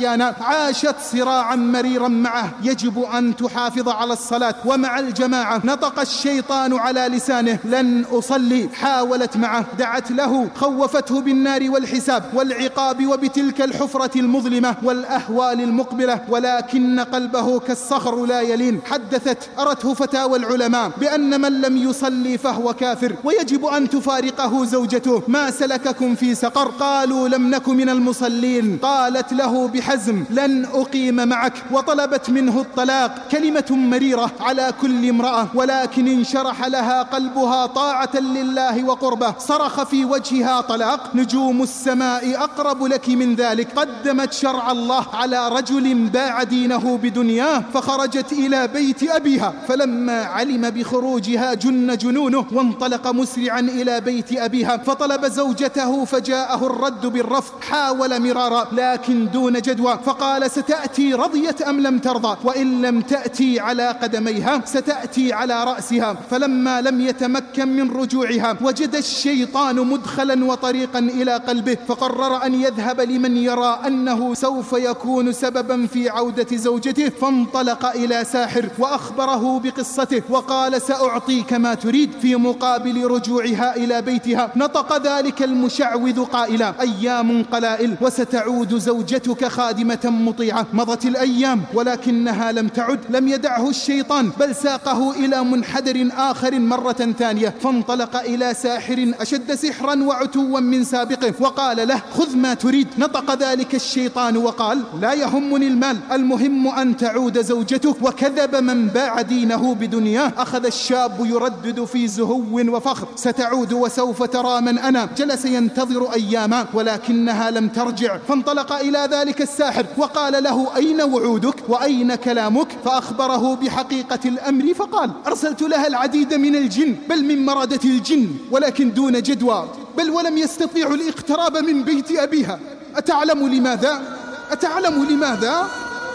أحيانا عاشت صراعا مريرا معه، يجب أن تحافظ على الصلاة ومع الجماعة. نطق الشيطان على لسانه: لن أصلي. حاولت معه، دعت له، خوفته بالنار والحساب والعقاب وبتلك الحفرة المظلمة والأهوال المقبلة، ولكن قلبه كالصخر لا يلين. حدثت أرته فتاوى العلماء بأن من لم يصلي فهو كافر ويجب أن تفارقه زوجته. ما سلككم في سقر؟ قالوا لم نك من المصلين. قالت له بحزم: لن أقيم معك، وطلبت منه الطلاق. كلمة مريرة على كل امرأة، ولكن انشرح لها قلبها طاعة لله وقربه. صرخ في وجهها طلاق. نجوم السماء أقرب لك من ذلك. قدمت شرع الله على رجل باع دينه بدنياه، فخرجت إلى بيت أبيها، فلما علم بخروجها جن جنونه وانطلق مسرعا إلى بيت أبيها، فطلب زوجته فجاءه الرد بالرفض. حاول مرارا لكن دون جدوى، فقال: ستأتي رضيت أم لم ترضى؟ وإن لم تأتي على قدميها ستأتي على رأسها. فلما لم يتمكن من رجوعها وجد الشيطان مدخلا وطريقا إلى قلبه، فقرر أن يذهب لمن يرى أنه سوف يكون سببا في عودة زوجته. فانطلق إلى ساحر وأخبره بقصته وقال: سأعطيك ما تريد في مقابل رجوعها إلى بيتها. نطق ذلك المشعوذ قائلا: أيام قلائل وستعود زوجتك خادمة مطيعة. مضت الأيام ولكنها لم تعد. لم يدعه الشيطان بل ساقه إلى منحدر آخر مرة ثانية، فانطلق إلى ساحر أشد سحرا وعتوا من سابقه وقال له: خذ ما تريد. نطق ذلك الشيطان وقال: لا يهمني المال، المهم أن تعود زوجتك. وكذب من باع دينه بدنياه. أخذ الشاب يردد في زهو وفخر: ستعود وسوف ترى من أنا. جلس ينتظر أياما ولكنها لم ترجع، فانطلق إلى ذلك الساحر وقال له: أين وعودك وأين كلامك؟ فأخبره بحقيقة الأمر، فقال: أرسلت لها العديد من الجن، بل من مردة الجن، ولكن دون جدوى، بل ولم يستطيعوا الاقتراب من بيت أبيها. أتعلم لماذا؟ أتعلم لماذا؟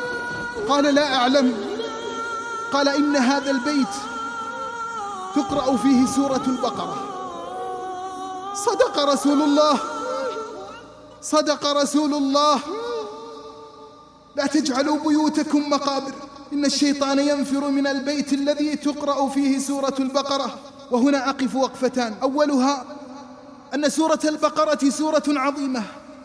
قال: لا أعلم. قال: إن هذا البيت تقرأ فيه سورة البقرة. صدق رسول الله، صدق رسول الله. لا تجعلوا بيوتكم مقابر، إن الشيطان ينفر من البيت الذي تقرأ فيه سورة البقرة. وهنا أقف وقفتان. أولها أن سورة البقرة سورة عظيمة،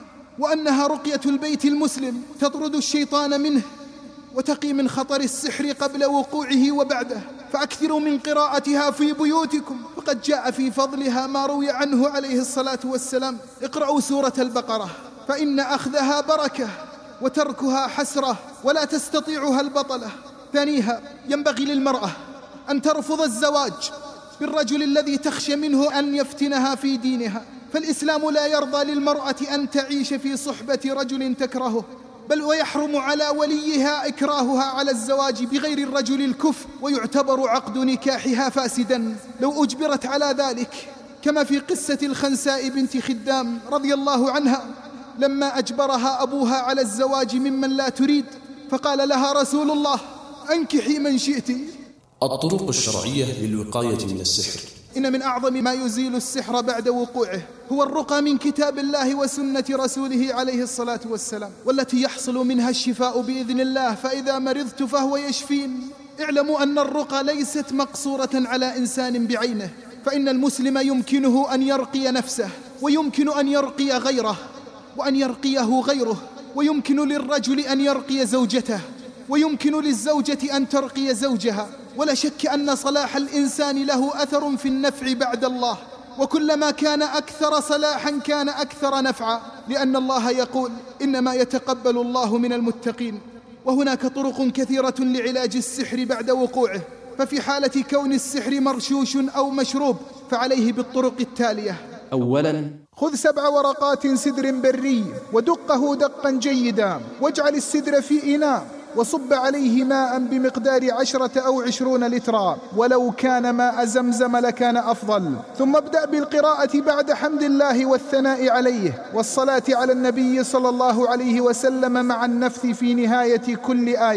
وأنها رقية البيت المسلم تطرد الشيطان منه وتقي من خطر السحر قبل وقوعه وبعده، فأكثروا من قراءتها في بيوتكم، فقد جاء في فضلها ما روي عنه عليه الصلاة والسلام: اقرأوا سورة البقرة فإن أخذها بركة وتركها حسرة ولا تستطيعها البطلة. ثانيها، ينبغي للمرأة أن ترفض الزواج بالرجل الذي تخشى منه أن يفتنها في دينها، فالإسلام لا يرضى للمرأة أن تعيش في صحبة رجل تكرهه، بل ويحرم على وليها إكراهها على الزواج بغير الرجل الكفء، ويعتبر عقد نكاحها فاسدا لو أجبرت على ذلك، كما في قصة الخنساء بنت خدام رضي الله عنها لما أجبرها أبوها على الزواج ممن لا تريد، فقال لها رسول الله: أنكحي من شئت. الطرق الشرعية للوقاية من السحر. إن من أعظم ما يزيل السحر بعد وقوعه هو الرقى من كتاب الله وسنة رسوله عليه الصلاة والسلام، والتي يحصل منها الشفاء بإذن الله، فإذا مرضت فهو يشفين. اعلموا أن الرقى ليست مقصورة على إنسان بعينه، فإن المسلم يمكنه أن يرقي نفسه، ويمكن أن يرقي غيره، وأن يرقيه غيره، ويمكن للرجل أن يرقي زوجته، ويمكن للزوجة أن ترقي زوجها. ولا شك أن صلاح الإنسان له أثر في النفع بعد الله، وكلما كان أكثر صلاحا كان أكثر نفعا، لأن الله يقول: إنما يتقبل الله من المتقين. وهناك طرق كثيرة لعلاج السحر بعد وقوعه، ففي حالة كون السحر مرشوش أو مشروب فعليه بالطرق التالية: أولا، خذ سبع ورقات سدر بري ودقه دقا جيدا، واجعل السدر في إناء، وصب عليه ماء بمقدار عشرة أو عشرون لترا، ولو كان ماء زمزم لكان أفضل. ثم ابدأ بالقراءة بعد حمد الله والثناء عليه والصلاة على النبي صلى الله عليه وسلم مع النفث في نهاية كل آية.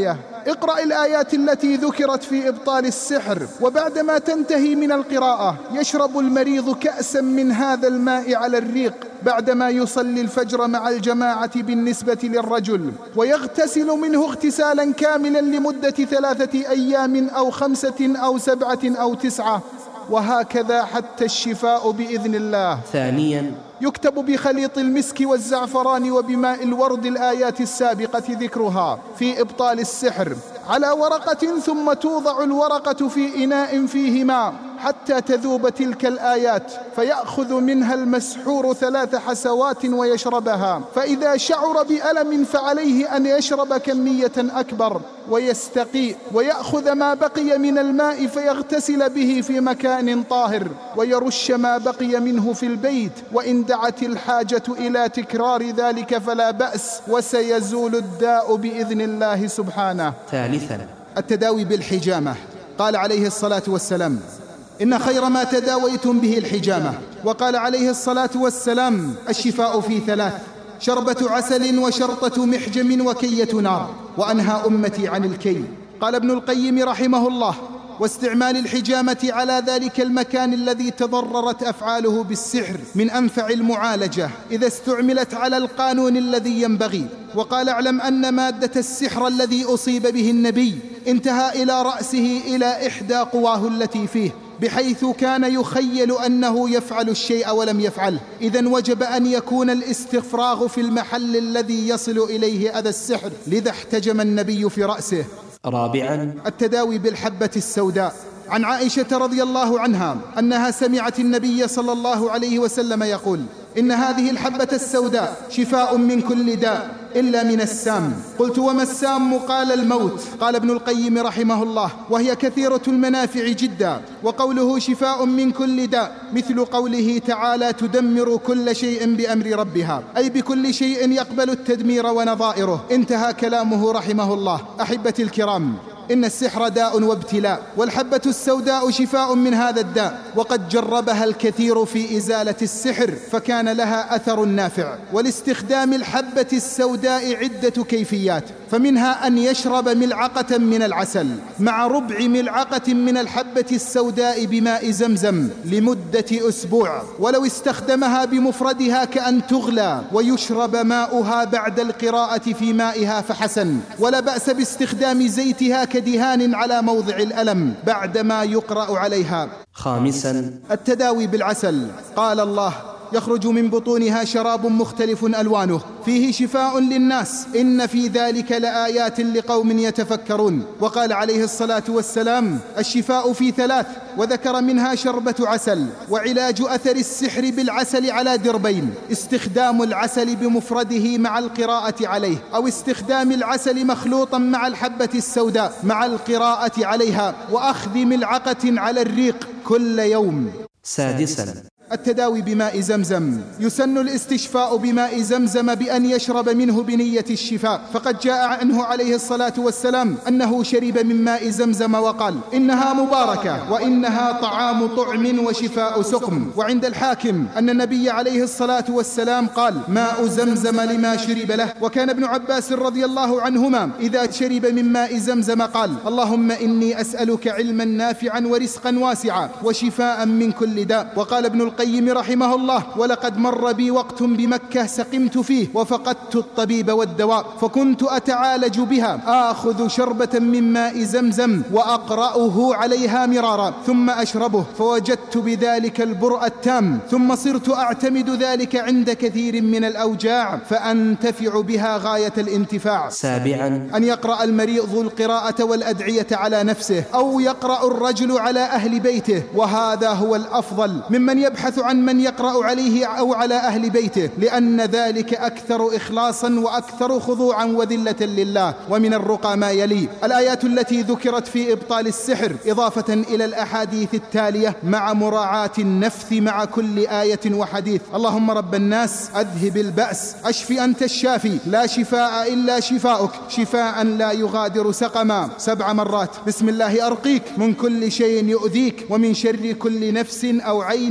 اقرأ الآيات التي ذكرت في إبطال السحر، وبعدما تنتهي من القراءة يشرب المريض كأسا من هذا الماء على الريق بعدما يصلي الفجر مع الجماعة بالنسبة للرجل، ويغتسل منه اغتسالا كاملا لمدة ثلاثة أيام أو خمسة أو سبعة أو تسعة، وهكذا حتى الشفاء بإذن الله. ثانيا، يكتب بخليط المسك والزعفران وبماء الورد الآيات السابقة ذكرها في إبطال السحر على ورقة، ثم توضع الورقة في إناء فيه ماء حتى تذوب تلك الآيات، فيأخذ منها المسحور ثلاث حسوات ويشربها، فإذا شعر بألم فعليه أن يشرب كمية أكبر ويستقي، ويأخذ ما بقي من الماء فيغتسل به في مكان طاهر، ويرش ما بقي منه في البيت، وإن دعت الحاجة إلى تكرار ذلك فلا بأس، وسيزول الداء بإذن الله سبحانه. ثالثا، التداوي بالحجامة. قال عليه الصلاة والسلام: إن خير ما تداويتم به الحجامة. وقال عليه الصلاة والسلام: الشفاء في ثلاث: شربة عسل وشرطة محجم وكية نار، وأنهى أمتي عن الكي. قال ابن القيم رحمه الله: واستعمال الحجامة على ذلك المكان الذي تضررت أفعاله بالسحر من أنفع المعالجة إذا استعملت على القانون الذي ينبغي. وقال: اعلم أن مادة السحر الذي أصيب به النبي انتهى إلى رأسه إلى إحدى قواه التي فيه، بحيث كان يخيل أنه يفعل الشيء ولم يفعله، إذن وجب أن يكون الاستفراغ في المحل الذي يصل إليه أذى السحر، لذا احتجم النبي في رأسه. رابعا، التداوي بالحبة السوداء. عن عائشة رضي الله عنها أنها سمعت النبي صلى الله عليه وسلم يقول: إن هذه الحبة السوداء شفاء من كل داء إلا من السام. قلت: وما السام؟ قال: الموت. قال ابن القيم رحمه الله: وهي كثيرة المنافع جدا. وقوله شفاء من كل داء مثل قوله تعالى: تدمر كل شيء بأمر ربها، أي بكل شيء يقبل التدمير ونظائره. انتهى كلامه رحمه الله. أحبتي الكرام، إن السحر داء وابتلاء، والحبة السوداء شفاء من هذا الداء، وقد جربها الكثير في إزالة السحر فكان لها أثر نافع. ولاستخدام الحبة السوداء عدة كيفيات، فمنها أن يشرب ملعقة من العسل مع ربع ملعقة من الحبة السوداء بماء زمزم لمدة أسبوع، ولو استخدمها بمفردها كأن تغلى ويشرب ماؤها بعد القراءة في مائها فحسن، ولا بأس باستخدام زيتها كدهان على موضع الألم بعدما يقرأ عليها. خامسا، التداوي بالعسل. قال الله: يخرج من بطونها شراب مختلف ألوانه فيه شفاء للناس إن في ذلك لآيات لقوم يتفكرون. وقال عليه الصلاة والسلام: الشفاء في ثلاث، وذكر منها شربة عسل. وعلاج أثر السحر بالعسل على دربين: استخدام العسل بمفرده مع القراءة عليه، أو استخدام العسل مخلوطا مع الحبة السوداء مع القراءة عليها، وأخذ ملعقة على الريق كل يوم. سادسا، التداوي بماء زمزم. يسن الاستشفاء بماء زمزم بأن يشرب منه بنية الشفاء، فقد جاء عنه عليه الصلاة والسلام أنه شرب من ماء زمزم وقال: إنها مباركة، وإنها طعام طعم وشفاء سقم. وعند الحاكم أن النبي عليه الصلاة والسلام قال: ماء زمزم لما شرب له. وكان ابن عباس رضي الله عنهما إذا شرب من ماء زمزم قال: اللهم إني أسألك علما نافعا ورزقا واسعا وشفاء من كل داء. وقال ابن القيم رحمه الله: ولقد مر بي وقت بمكة سقمت فيه وفقدت الطبيب والدواء، فكنت أتعالج بها، آخذ شربة من ماء زمزم وأقرأه عليها مرارا ثم أشربه، فوجدت بذلك البرء التام، ثم صرت أعتمد ذلك عند كثير من الأوجاع فأنتفع بها غاية الانتفاع. سابعا، أن يقرأ المريض القراءة والأدعية على نفسه، أو يقرأ الرجل على أهل بيته، وهذا هو الأفضل ممن يبحث عن من يقرأ عليه أو على أهل بيته، لأن ذلك أكثر إخلاصا وأكثر خضوعا وذلة لله. ومن الرقى ما يلي: الآيات التي ذكرت في إبطال السحر إضافة إلى الأحاديث التالية مع مراعاة النفث مع كل آية وحديث. اللهم رب الناس أذهب البأس، أشف أنت الشافي، لا شفاء إلا شفاؤك، شفاء لا يغادر سقما، سبع مرات. بسم الله أرقيك من كل شيء يؤذيك، ومن شر كل نفس أو عين حاسد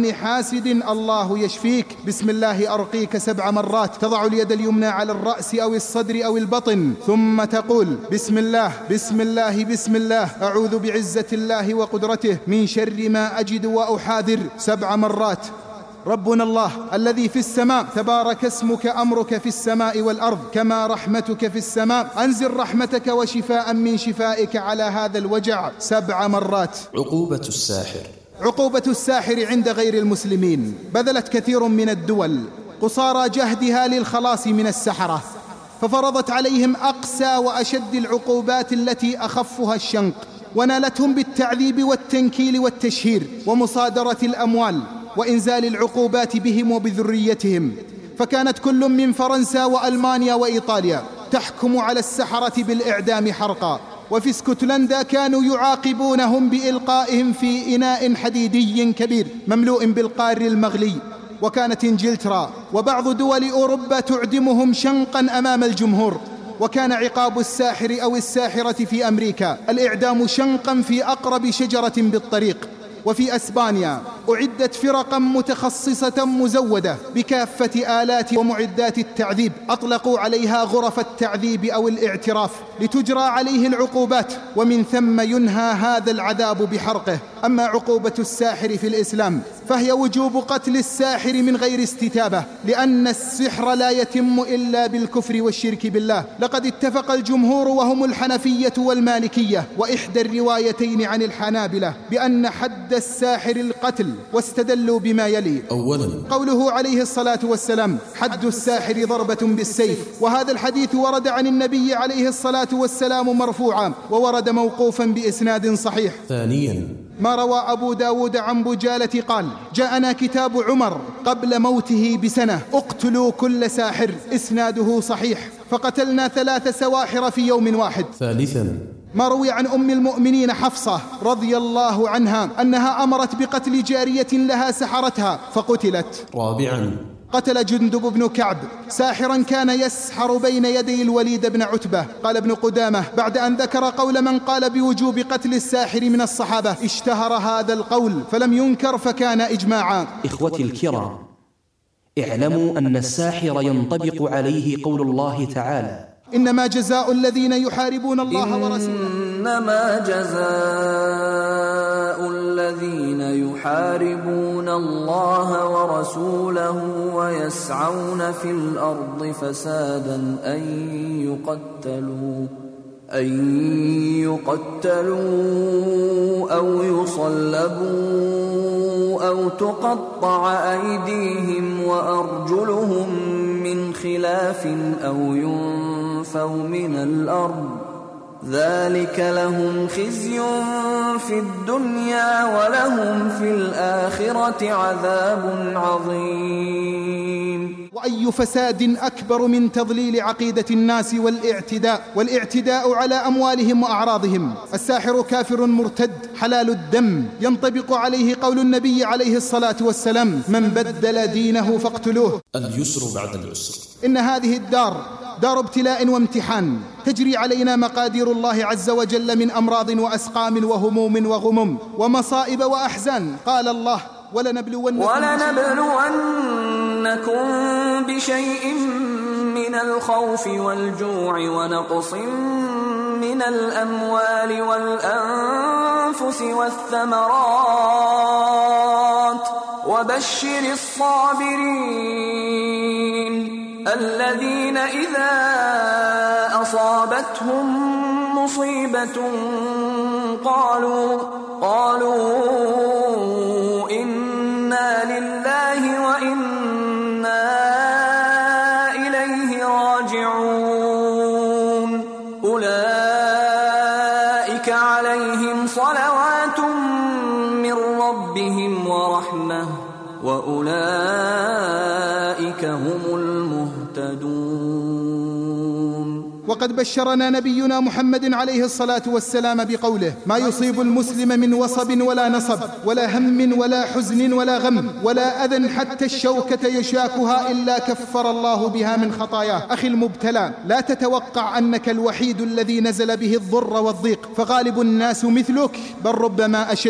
حاسد الله يشفيك. بسم الله أرقيك سبع مرات، تضع اليد اليمنى على الرأس أو الصدر أو البطن، ثم تقول بسم الله بسم الله بسم الله، أعوذ بعزة الله وقدرته من شر ما أجد وأحاذر سبع مرات. ربنا الله الذي في السماء، تبارك اسمك، أمرك في السماء والأرض كما رحمتك في السماء، أنزل رحمتك وشفاء من شفائك على هذا الوجع سبع مرات. عقوبة الساحر. عقوبة الساحر عند غير المسلمين. بذلت كثير من الدول قصارى جهدها للخلاص من السحرة، ففرضت عليهم أقسى وأشد العقوبات التي أخفها الشنق، ونالتهم بالتعذيب والتنكيل والتشهير ومصادرة الأموال وإنزال العقوبات بهم وبذريتهم. فكانت كل من فرنسا وألمانيا وإيطاليا تحكم على السحرة بالإعدام حرقا، وفي اسكتلندا كانوا يعاقبونهم بإلقائهم في إناء حديدي كبير مملوء بالقار المغلي. وكانت إنجلترا وبعض دول أوروبا تعدمهم شنقا أمام الجمهور. وكان عقاب الساحر أو الساحرة في أمريكا الإعدام شنقا في أقرب شجرة بالطريق. وفي أسبانيا أعدت فرقا متخصصة مزودة بكافة آلات ومعدات التعذيب، أطلقوا عليها غرف التعذيب أو الاعتراف لتجرى عليه العقوبات، ومن ثم ينهى هذا العذاب بحرقه. أما عقوبة الساحر في الإسلام فهي وجوب قتل الساحر من غير استتابة، لأن السحر لا يتم إلا بالكفر والشرك بالله. لقد اتفق الجمهور وهم الحنفية والمالكية وإحدى الروايتين عن الحنابلة بأن حد الساحر القتل، واستدلوا بما يلي. أولا قوله عليه الصلاة والسلام حد الساحر ضربة بالسيف، وهذا الحديث ورد عن النبي عليه الصلاة والسلام مرفوعا، وورد موقوفا بإسناد صحيح. ثانيا ما روى أبو داود عن بجالة قال جاءنا كتاب عمر قبل موته بسنة اقتلوا كل ساحر، إسناده صحيح، فقتلنا ثلاث سواحر في يوم واحد. ثالثا ما روي عن أم المؤمنين حفصة رضي الله عنها أنها أمرت بقتل جارية لها سحرتها فقتلت. رابعا قتل جندب بن كعب ساحرا كان يسحر بين يدي الوليد بن عتبة. قال ابن قدامة بعد أن ذكر قول من قال بوجوب قتل الساحر من الصحابة اشتهر هذا القول فلم ينكر فكان إجماعا. إخوتي الكرام، اعلموا أن الساحر ينطبق عليه قول الله تعالى إنما جزاء الذين يحاربون الله ورسوله إنما جزاء الذين يحاربون الله ورسوله ويسعون في الأرض فسادا أن يقتلوا أن يقتلوا أو يصلبوا أو تقطع أيديهم وأرجلهم من خلاف أو ينفوا من الأرض، ذلك لهم خزي في الدنيا ولهم في الآخرة عذاب عظيم. وأي فساد أكبر من تضليل عقيدة الناس والاعتداء والاعتداء على أموالهم وأعراضهم. الساحر كافر مرتد حلال الدم، ينطبق عليه قول النبي عليه الصلاة والسلام من بدل دينه فاقتلوه. اليسر بعد العسر. إن هذه الدار دار ابتلاء وامتحان، تجري علينا مقادير الله عز وجل من أمراض وأسقام وهموم وغموم ومصائب وأحزان. قال الله ولنبلونكم, ولنبلونكم بشيء من الخوف والجوع ونقص من الأموال والأنفس والثمرات وبشر الصابرين الذين إذا أصابتهم مصيبة قالوا قالوا إنا لله وإنا إليه راجعون أولئك عليهم صلوات من ربهم ورحمة وأولئك هم المهتدون. وقد بشرنا نبينا محمد عليه الصلاة والسلام بقوله ما يصيب المسلم من وصب ولا نصب ولا هم ولا حزن ولا غم ولا أذى حتى الشوكة يشاكها إلا كفر الله بها من خطاياه. أخي المبتلى، لا تتوقع أنك الوحيد الذي نزل به الضر والضيق، فغالب الناس مثلك بل ربما أشد.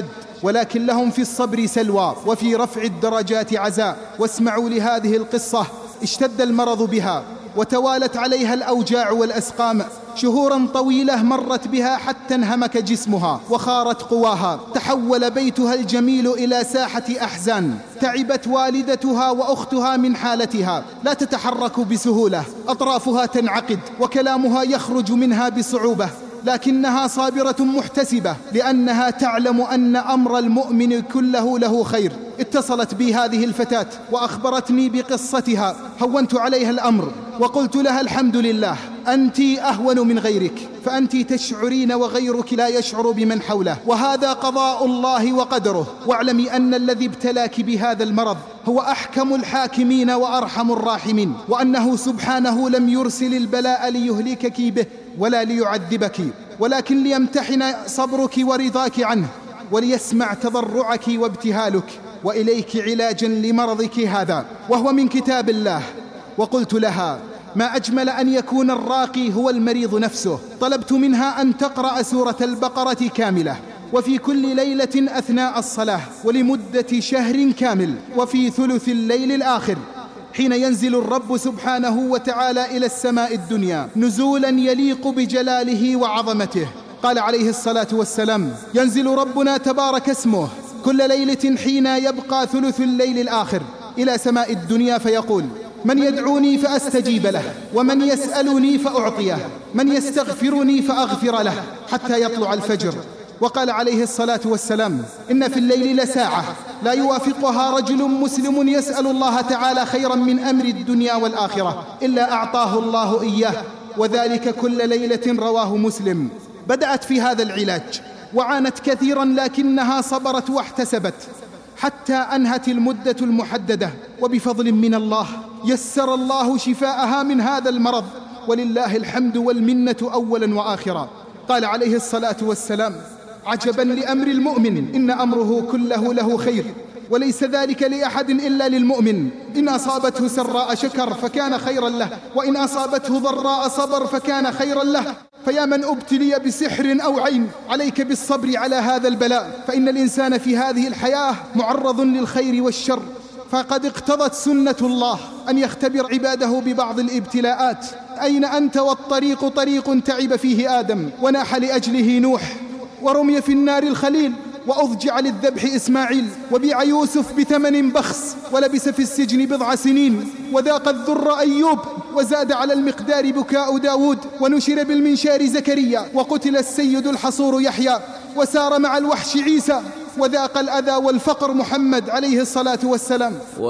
ولكن لهم في الصبر سلوى وفي رفع الدرجات عزاء. واسمعوا لهذه القصة. اشتد المرض بها وتوالت عليها الأوجاع والأسقام، شهورا طويلة مرت بها حتى انهمك جسمها وخارت قواها. تحول بيتها الجميل إلى ساحة أحزان. تعبت والدتها وأختها من حالتها، لا تتحرك بسهولة، أطرافها تنعقد وكلامها يخرج منها بصعوبة، لكنها صابرة محتسبة لأنها تعلم أن أمر المؤمن كله له خير. اتصلت بي هذه الفتاة وأخبرتني بقصتها، هونت عليها الأمر وقلت لها الحمد لله، أنت أهون من غيرك، فأنت تشعرين وغيرك لا يشعر بمن حوله، وهذا قضاء الله وقدره. واعلمي أن الذي ابتلاك بهذا المرض هو أحكم الحاكمين وأرحم الراحمين، وأنه سبحانه لم يرسل البلاء ليهلكك به ولا ليعذبك، ولكن ليمتحن صبرك ورضاك عنه، وليسمع تضرعك وابتهالك، وإليك علاجا لمرضك هذا وهو من كتاب الله. وقلت لها ما أجمل أن يكون الراقي هو المريض نفسه. طلبت منها أن تقرأ سورة البقرة كاملة وفي كل ليلة أثناء الصلاة ولمدة شهر كامل، وفي ثلث الليل الآخر حين ينزل الرب سبحانه وتعالى إلى السماء الدنيا نزولا يليق بجلاله وعظمته. قال عليه الصلاة والسلام: ينزل ربنا تبارك اسمه كل ليلة حين يبقى ثلث الليل الآخر إلى سماء الدنيا فيقول: من يدعوني فأستجيب له، ومن يسألني فأعطيه، من يستغفرني فأغفر له، حتى يطلع الفجر. وقال عليه الصلاة والسلام: إن في الليل لساعة لا يوافقها رجل مسلم يسأل الله تعالى خيرا من أمر الدنيا والآخرة إلا أعطاه الله إياه، وذلك كل ليلة. رواه مسلم. بدأت في هذا العلاج وعانت كثيرا، لكنها صبرت واحتسبت حتى أنهت المدة المحددة، وبفضل من الله يسر الله شفاءها من هذا المرض، ولله الحمد والمنة أولا وآخرا. قال عليه الصلاة والسلام: عجبا لأمر المؤمن، إن أمره كله له خير، وليس ذلك لأحد إلا للمؤمن. إن أصابته سراء شكر فكان خيرا له، وإن أصابته ضراء صبر فكان خيرا له. فيا من ابتلي بسحر أو عين، عليك بالصبر على هذا البلاء، فإن الإنسان في هذه الحياة معرض للخير والشر، فقد اقتضت سنة الله أن يختبر عباده ببعض الابتلاءات. أين أنت والطريق طريق تعب فيه آدم وناح لأجله نوح، ورمي في النار الخليل، وأضجع للذبح إسماعيل، وبيع يوسف بثمن بخس، ولبس في السجن بضع سنين، وذاق الذر أيوب، وزاد على المقدار بكاء داود، ونشر بالمنشار زكريا، وقتل السيد الحصور يحيى، وسار مع الوحش عيسى، وذاق الأذى والفقر محمد عليه الصلاة والسلام.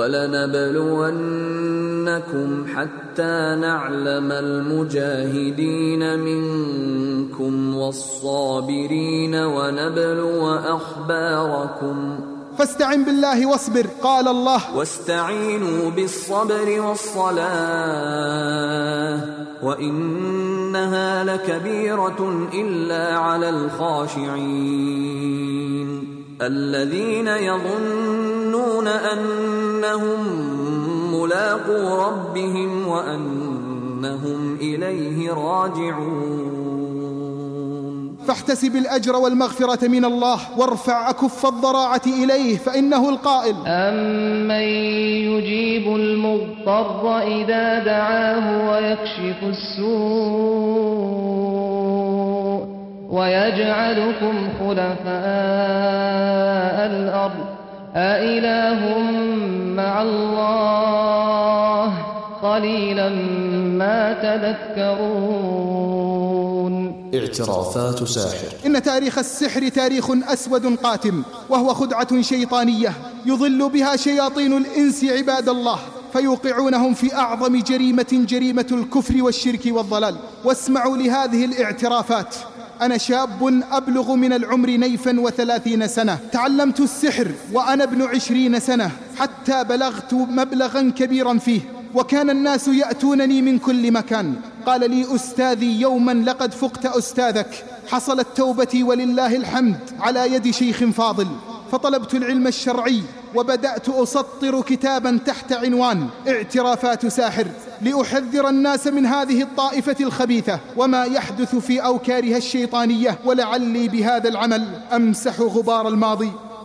ولنبلونكم حتى نعلم المجاهدين منكم والصابرين ونبلو أخباركم. فاستعن بالله واصبر. قال الله: واستعينوا بالصبر والصلاة وإنها لكبيرة إلا على الخاشعين الذين يظنون أنهم ملاقو ربهم وأنهم إليه راجعون. فاحتسب الأجر والمغفرة من الله، وارفع أكف الضراعة إليه، فإنه القائل: أمن يجيب المضطر إذا دعاه ويكشف السوء ويجعلكم خلفاء الأرض أإله مع الله قليلا ما تذكرون. اعترافات ساحر. إن تاريخ السحر تاريخ أسود قاتم، وهو خدعة شيطانية يضل بها شياطين الإنس عباد الله، فيوقعونهم في أعظم جريمة، جريمة الكفر والشرك والضلال. واسمعوا لهذه الاعترافات. أنا شاب أبلغ من العمر نيفا وثلاثين سنة، تعلمت السحر وأنا ابن عشرين سنة، حتى بلغت مبلغا كبيرا فيه، وكان الناس يأتونني من كل مكان. قال لي أستاذي يوما: لقد فقت أستاذك. حصلت توبتي ولله الحمد على يد شيخ فاضل، فطلبت العلم الشرعي وبدأت أسطر كتابا تحت عنوان اعترافات ساحر، لأحذر الناس من هذه الطائفة الخبيثة وما يحدث في أوكارها الشيطانية، ولعلي بهذا العمل أمسح غبار الماضي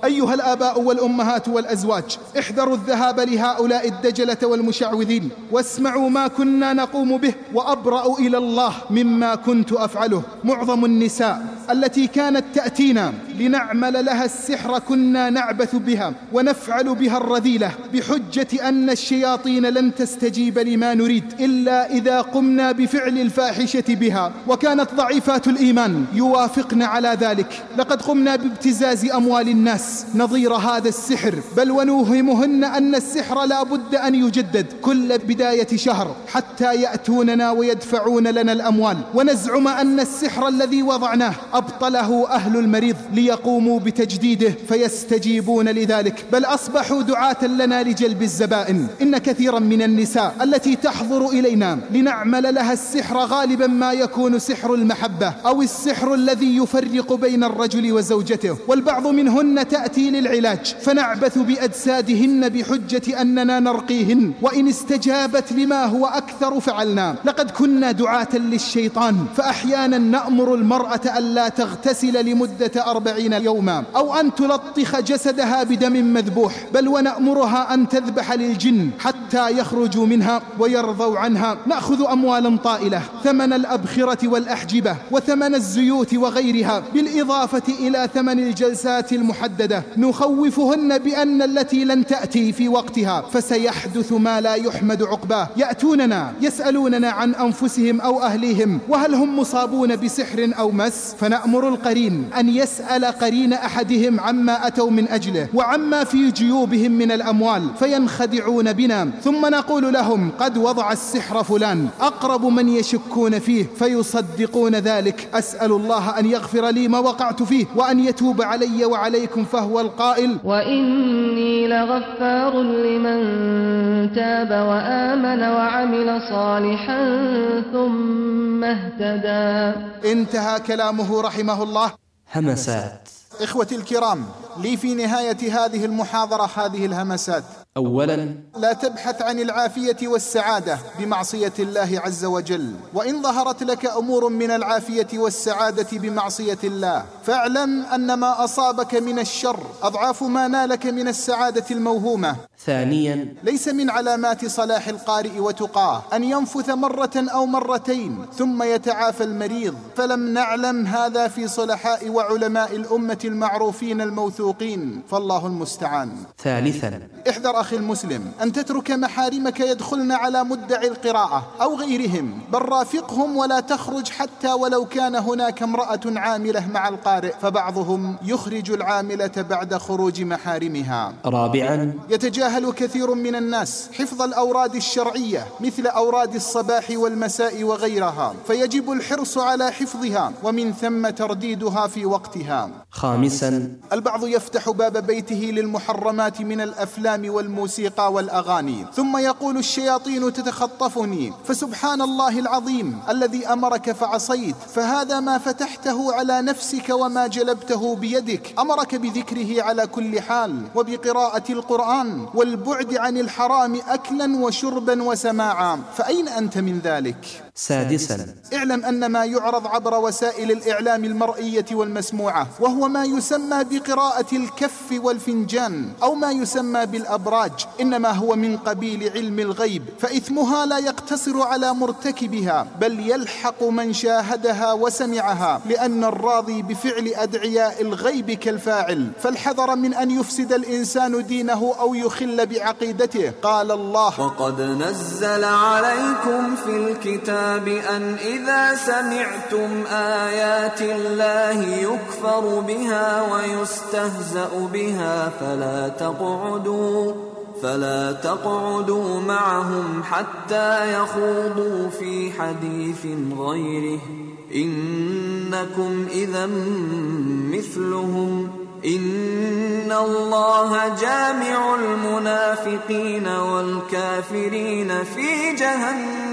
أيها الآباء والأمهات والأزواج، احذروا الذهاب لهؤلاء الدجلة والمشعوذين، واسمعوا ما كنا نقوم به، وأبرأ إلى الله مما كنت أفعله. معظم النساء التي كانت تأتينا لنعمل لها السحر كنا نعبث بها ونفعل بها الرذيلة بحجة أن الشياطين لن تستجيب لما نريد إلا إذا قمنا بفعل الفاحشة بها، وكانت ضعيفات الإيمان يوافقن على ذلك. لقد قمنا بابتزاز أموال الناس نظير هذا السحر، بل ونوهمهن أن السحر لا بد أن يجدد كل بداية شهر حتى يأتوننا ويدفعون لنا الأموال، ونزعم أن السحر الذي وضعناه أبطله أهل المريض ليقوموا بتجديده فيستجيبون لذلك، بل أصبحوا دعاة لنا لجلب الزبائن. إن كثيرا من النساء التي تحضر إلينا لنعمل لها السحر غالبا ما يكون سحر المحبة أو السحر الذي يفرق بين الرجل وزوجته، والبعض منهن تأتي للعلاج فنعبث بأجسادهن بحجة أننا نرقيهن، وإن استجابت لما هو أكثر فعلنا. لقد كنا دعاة للشيطان، فأحيانا نأمر المرأة ألا تغتسل لمدة أربعين يوما أو أن تلطخ جسدها بدم مذبوح، بل ونأمرها أن تذبح للجن حتى يخرجوا منها ويرضوا عنها. نأخذ أموالا طائلة ثمن الأبخرة والأحجبة وثمن الزيوت وغيرها، بالإضافة إلى ثمن الجلسات المحددة، نخوفهن بأن التي لن تأتي في وقتها فسيحدث ما لا يحمد عقباه. يأتوننا يسألوننا عن أنفسهم أو أهليهم وهل هم مصابون بسحر أو مس، فنأمر القرين أن يسأل قرين أحدهم عما أتوا من أجله وعما في جيوبهم من الأموال، فينخدعون بنا، ثم نقول لهم قد وضع السحر فلان أقرب من يشكون فيه، فيصدقون ذلك. أسأل الله أن يغفر لي ما وقعت فيه وأن يتوب علي وعليكم، فهو القائل: وإني لغفار لمن تاب وآمن وعمل صالحا ثم اهتدى. انتهى كلامه رحمه الله. همسات. إخوتي الكرام، لي في نهاية هذه المحاضرة هذه الهمسات. أولا، لا تبحث عن العافية والسعادة بمعصية الله عز وجل، وإن ظهرت لك أمور من العافية والسعادة بمعصية الله فاعلم أن ما أصابك من الشر أضعاف ما نالك من السعادة الموهومة. ثانيا، ليس من علامات صلاح القارئ وتقاه أن ينفث مرة أو مرتين ثم يتعافى المريض، فلم نعلم هذا في صلحاء وعلماء الأمة المعروفين الموثوقين، فالله المستعان. ثالثا، احذر أخي المسلم أن تترك محارمك يدخلن على مدعي القراءة أو غيرهم، بل رافقهم ولا تخرج حتى ولو كان هناك امرأة عاملة مع القارئ، فبعضهم يخرج العاملة بعد خروج محارمها. رابعا، يتجاهل كثير من الناس حفظ الأوراد الشرعية مثل أوراد الصباح والمساء وغيرها، فيجب الحرص على حفظها ومن ثم ترديدها في وقتها. خامسا، البعض يفتح باب بيته للمحرمات من الأفلام والموسيقى والأغاني، ثم يقول الشياطين تتخطفني، فسبحان الله العظيم الذي أمرك فعصيت، فهذا ما فتحته على نفسك وما جلبته بيدك. أمرك بذكره على كل حال وبقراءة القرآن والبعد عن الحرام أكلا وشربا وسماعا، فأين أنت من ذلك؟ سادسا، اعلم أن ما يعرض عبر وسائل الإعلام المرئية والمسموعة وهو ما يسمى بقراءة الكف والفنجان أو ما يسمى بالأبراج إنما هو من قبيل علم الغيب، فإثمها لا يقتصر على مرتكبها بل يلحق من شاهدها وسمعها، لأن الراضي بفعل أدعياء الغيب كالفاعل، فالحذر من أن يفسد الإنسان دينه أو يخل بعقيدته. قال الله: وقد نزل عليكم في الكتاب أن إذا سمعتم آيات الله يكفر بها ويستهزأ بها فلا تقعدوا فلا تقعدوا معهم حتى يخوضوا في حديث غيره إنكم إذا مثلهم إن الله جامع المنافقين والكافرين في جهنم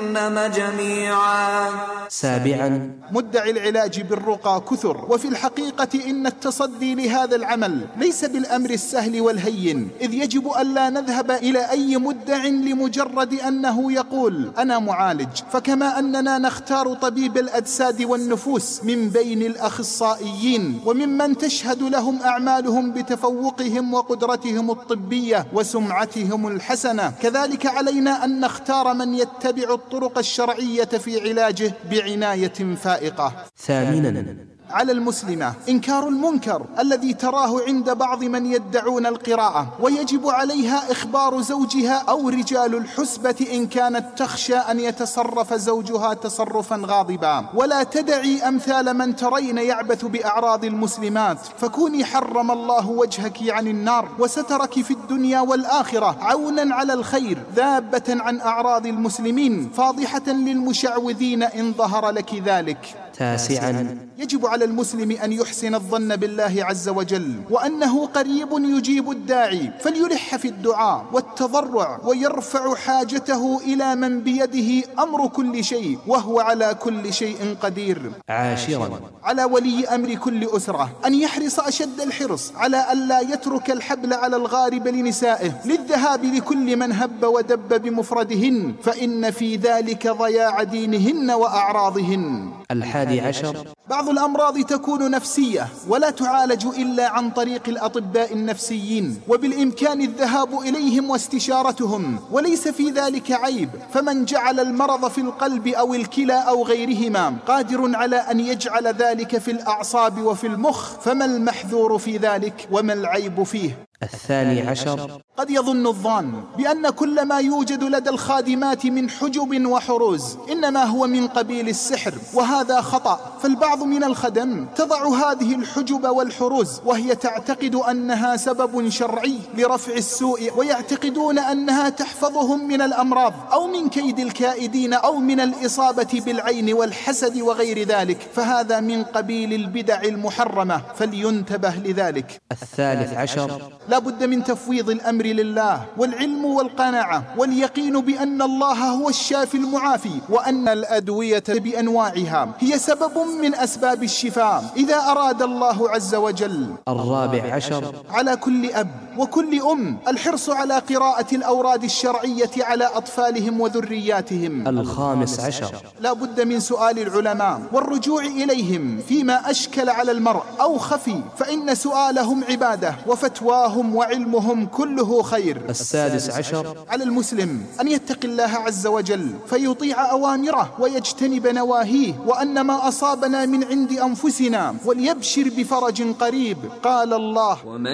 جهنم جميعا. سابعا، مدعي العلاج بالرقى كثر، وفي الحقيقة إن التصدي لهذا العمل ليس بالأمر السهل والهين، إذ يجب ألا نذهب إلى أي مدع لمجرد أنه يقول أنا معالج، فكما أننا نختار طبيب الأجساد والنفوس من بين الأخصائيين وممن تشهد لهم أعمالهم بتفوقهم وقدرتهم الطبية وسمعتهم الحسنة، كذلك علينا أن نختار من يتبع الطرق الشرعية في علاجه بعناية فائقة. ثامنا، على المسلمة إنكار المنكر الذي تراه عند بعض من يدعون القراءة، ويجب عليها إخبار زوجها أو رجال الحسبة إن كانت تخشى أن يتصرف زوجها تصرفا غاضبا، ولا تدعي أمثال من ترين يعبث بأعراض المسلمات، فكوني حرم الله وجهك عن النار وسترك في الدنيا والآخرة عونا على الخير، ذابة عن أعراض المسلمين، فاضحة للمشعوذين إن ظهر لك ذلك. تاسعا، يجب على المسلم أن يحسن الظن بالله عز وجل وأنه قريب يجيب الداعي، فليلح في الدعاء والتضرع ويرفع حاجته إلى من بيده أمر كل شيء وهو على كل شيء قدير. عاشرا، على ولي أمر كل أسرة أن يحرص أشد الحرص على ألا يترك الحبل على الغارب لنسائه للذهاب لكل من هب ودب بمفردهن، فإن في ذلك ضياع دينهن وأعراضهن. الحادي عشر، بعض الأمراض تكون نفسية ولا تعالج إلا عن طريق الأطباء النفسيين، وبالإمكان الذهاب إليهم واستشارتهم، وليس في ذلك عيب، فمن جعل المرض في القلب أو الكلى أو غيرهما قادر على أن يجعل ذلك في الأعصاب وفي المخ، فما المحذور في ذلك وما العيب فيه؟ الثاني عشر، قد يظن الظان بأن كل ما يوجد لدى الخادمات من حجب وحروز إنما هو من قبيل السحر، وهذا خطأ، فالبعض من الخدم تضع هذه الحجب والحروز وهي تعتقد أنها سبب شرعي لرفع السوء، ويعتقدون أنها تحفظهم من الأمراض أو من كيد الكائدين أو من الإصابة بالعين والحسد وغير ذلك، فهذا من قبيل البدع المحرمة، فلينتبه لذلك. الثالث عشر، لا بد من تفويض الأمر لله، والعلم والقناعة واليقين بأن الله هو الشافي المعافي، وأن الأدوية بأنواعها هي سبب من أسباب الشفاء إذا أراد الله عز وجل. الرابع عشر، على كل أب وكل أم الحرص على قراءة الأوراد الشرعية على أطفالهم وذرياتهم. الخامس عشر، لا بد من سؤال العلماء والرجوع إليهم فيما أشكل على المرء أو خفي، فإن سؤالهم عبادة وفتواهم وعلمهم كله خير. السادس عشر، على المسلم أن يتقي الله عز وجل فيطيع أوامره ويجتنب نواهيه، وأن ما أصابنا من عند أنفسنا وليبشر بفرج قريب. قال الله: ومن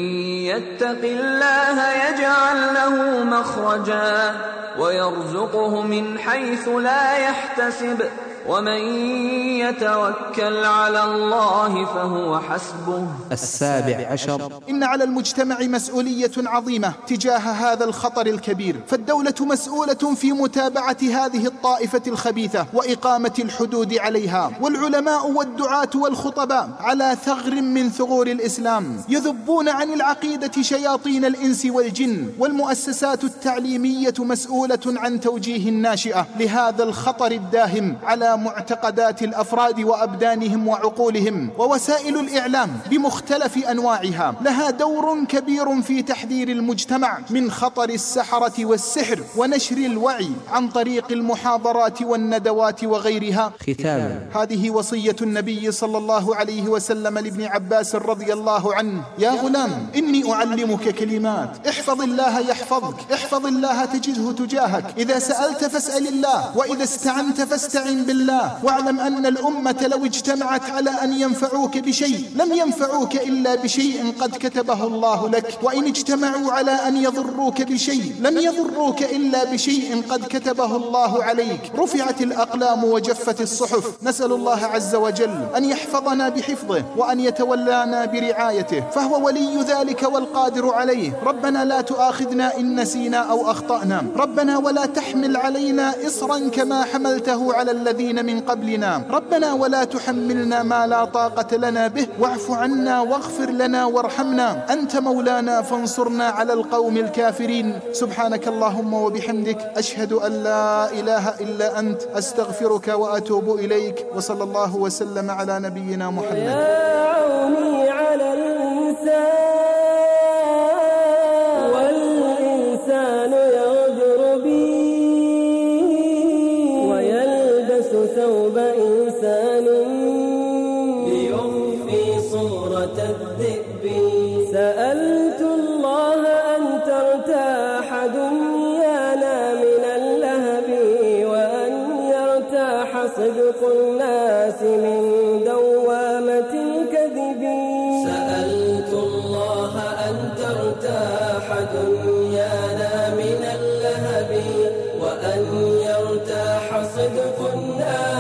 يتق الله يجعل له مخرجا ويرزقه من حيث لا يحتسب ومن يتوكل على الله فهو حسبه. السابع عشر، إن على المجتمع مسؤولية عظيمة تجاه هذا الخطر الكبير، فالدولة مسؤولة في متابعة هذه الطائفة الخبيثة وإقامة الحدود عليها، والعلماء والدعاة والخطباء على ثغر من ثغور الإسلام يذبون عن العقيدة شياطين الإنس والجن، والمؤسسات التعليمية مسؤولة عن توجيه الناشئة لهذا الخطر الداهم على معتقدات الأفراد وأبدانهم وعقولهم، ووسائل الإعلام بمختلف أنواعها لها دور كبير في تحذير المجتمع من خطر السحرة والسحر ونشر الوعي عن طريق المحاضرات والندوات وغيرها. ختاما، هذه وصية النبي صلى الله عليه وسلم لابن عباس رضي الله عنه: يا غلام إني أعلمك كلمات، احفظ الله يحفظك، احفظ الله تجده تجاهك، إذا سألت فاسأل الله، وإذا استعنت فاستعن بالله، واعلم أن الأمة لو اجتمعت على أن ينفعوك بشيء لم ينفعوك إلا بشيء قد كتبه الله لك، وإن اجتمعوا على أن يضروك بشيء لم يضروك إلا بشيء قد كتبه الله عليك. رفعت الأقلام وجفت الصحف، نسأل الله عز وجل أن يحفظنا بحفظه وأن يتولانا برعايته، فهو ولي ذلك والقادر عليه. ربنا لا تؤاخذنا إن نسينا أو أخطأنا، ربنا ولا تحمل علينا إصرا كما حملته على الذين الذين من قبلنا ربنا ولا تحملنا ما لا طاقة لنا به واعف عنا واغفر لنا وارحمنا أنت مولانا فانصرنا على القوم الكافرين. سبحانك اللهم وبحمدك أشهد أن لا إله إلا أنت أستغفرك وأتوب إليك. وصلى الله وسلم على نبينا محمد. يا عوني على الإنسان والإنسان يغدر بي ويلبس ثوب إنسان ليخفي صورة الذئب. سألت الله أن ترتاح دنيانا من اللهب وأن يرتاح صدق الناس من دوامة الكذب. سألت الله أن ترتاح دنيانا من اللهب وأن يرتاح صدق الناس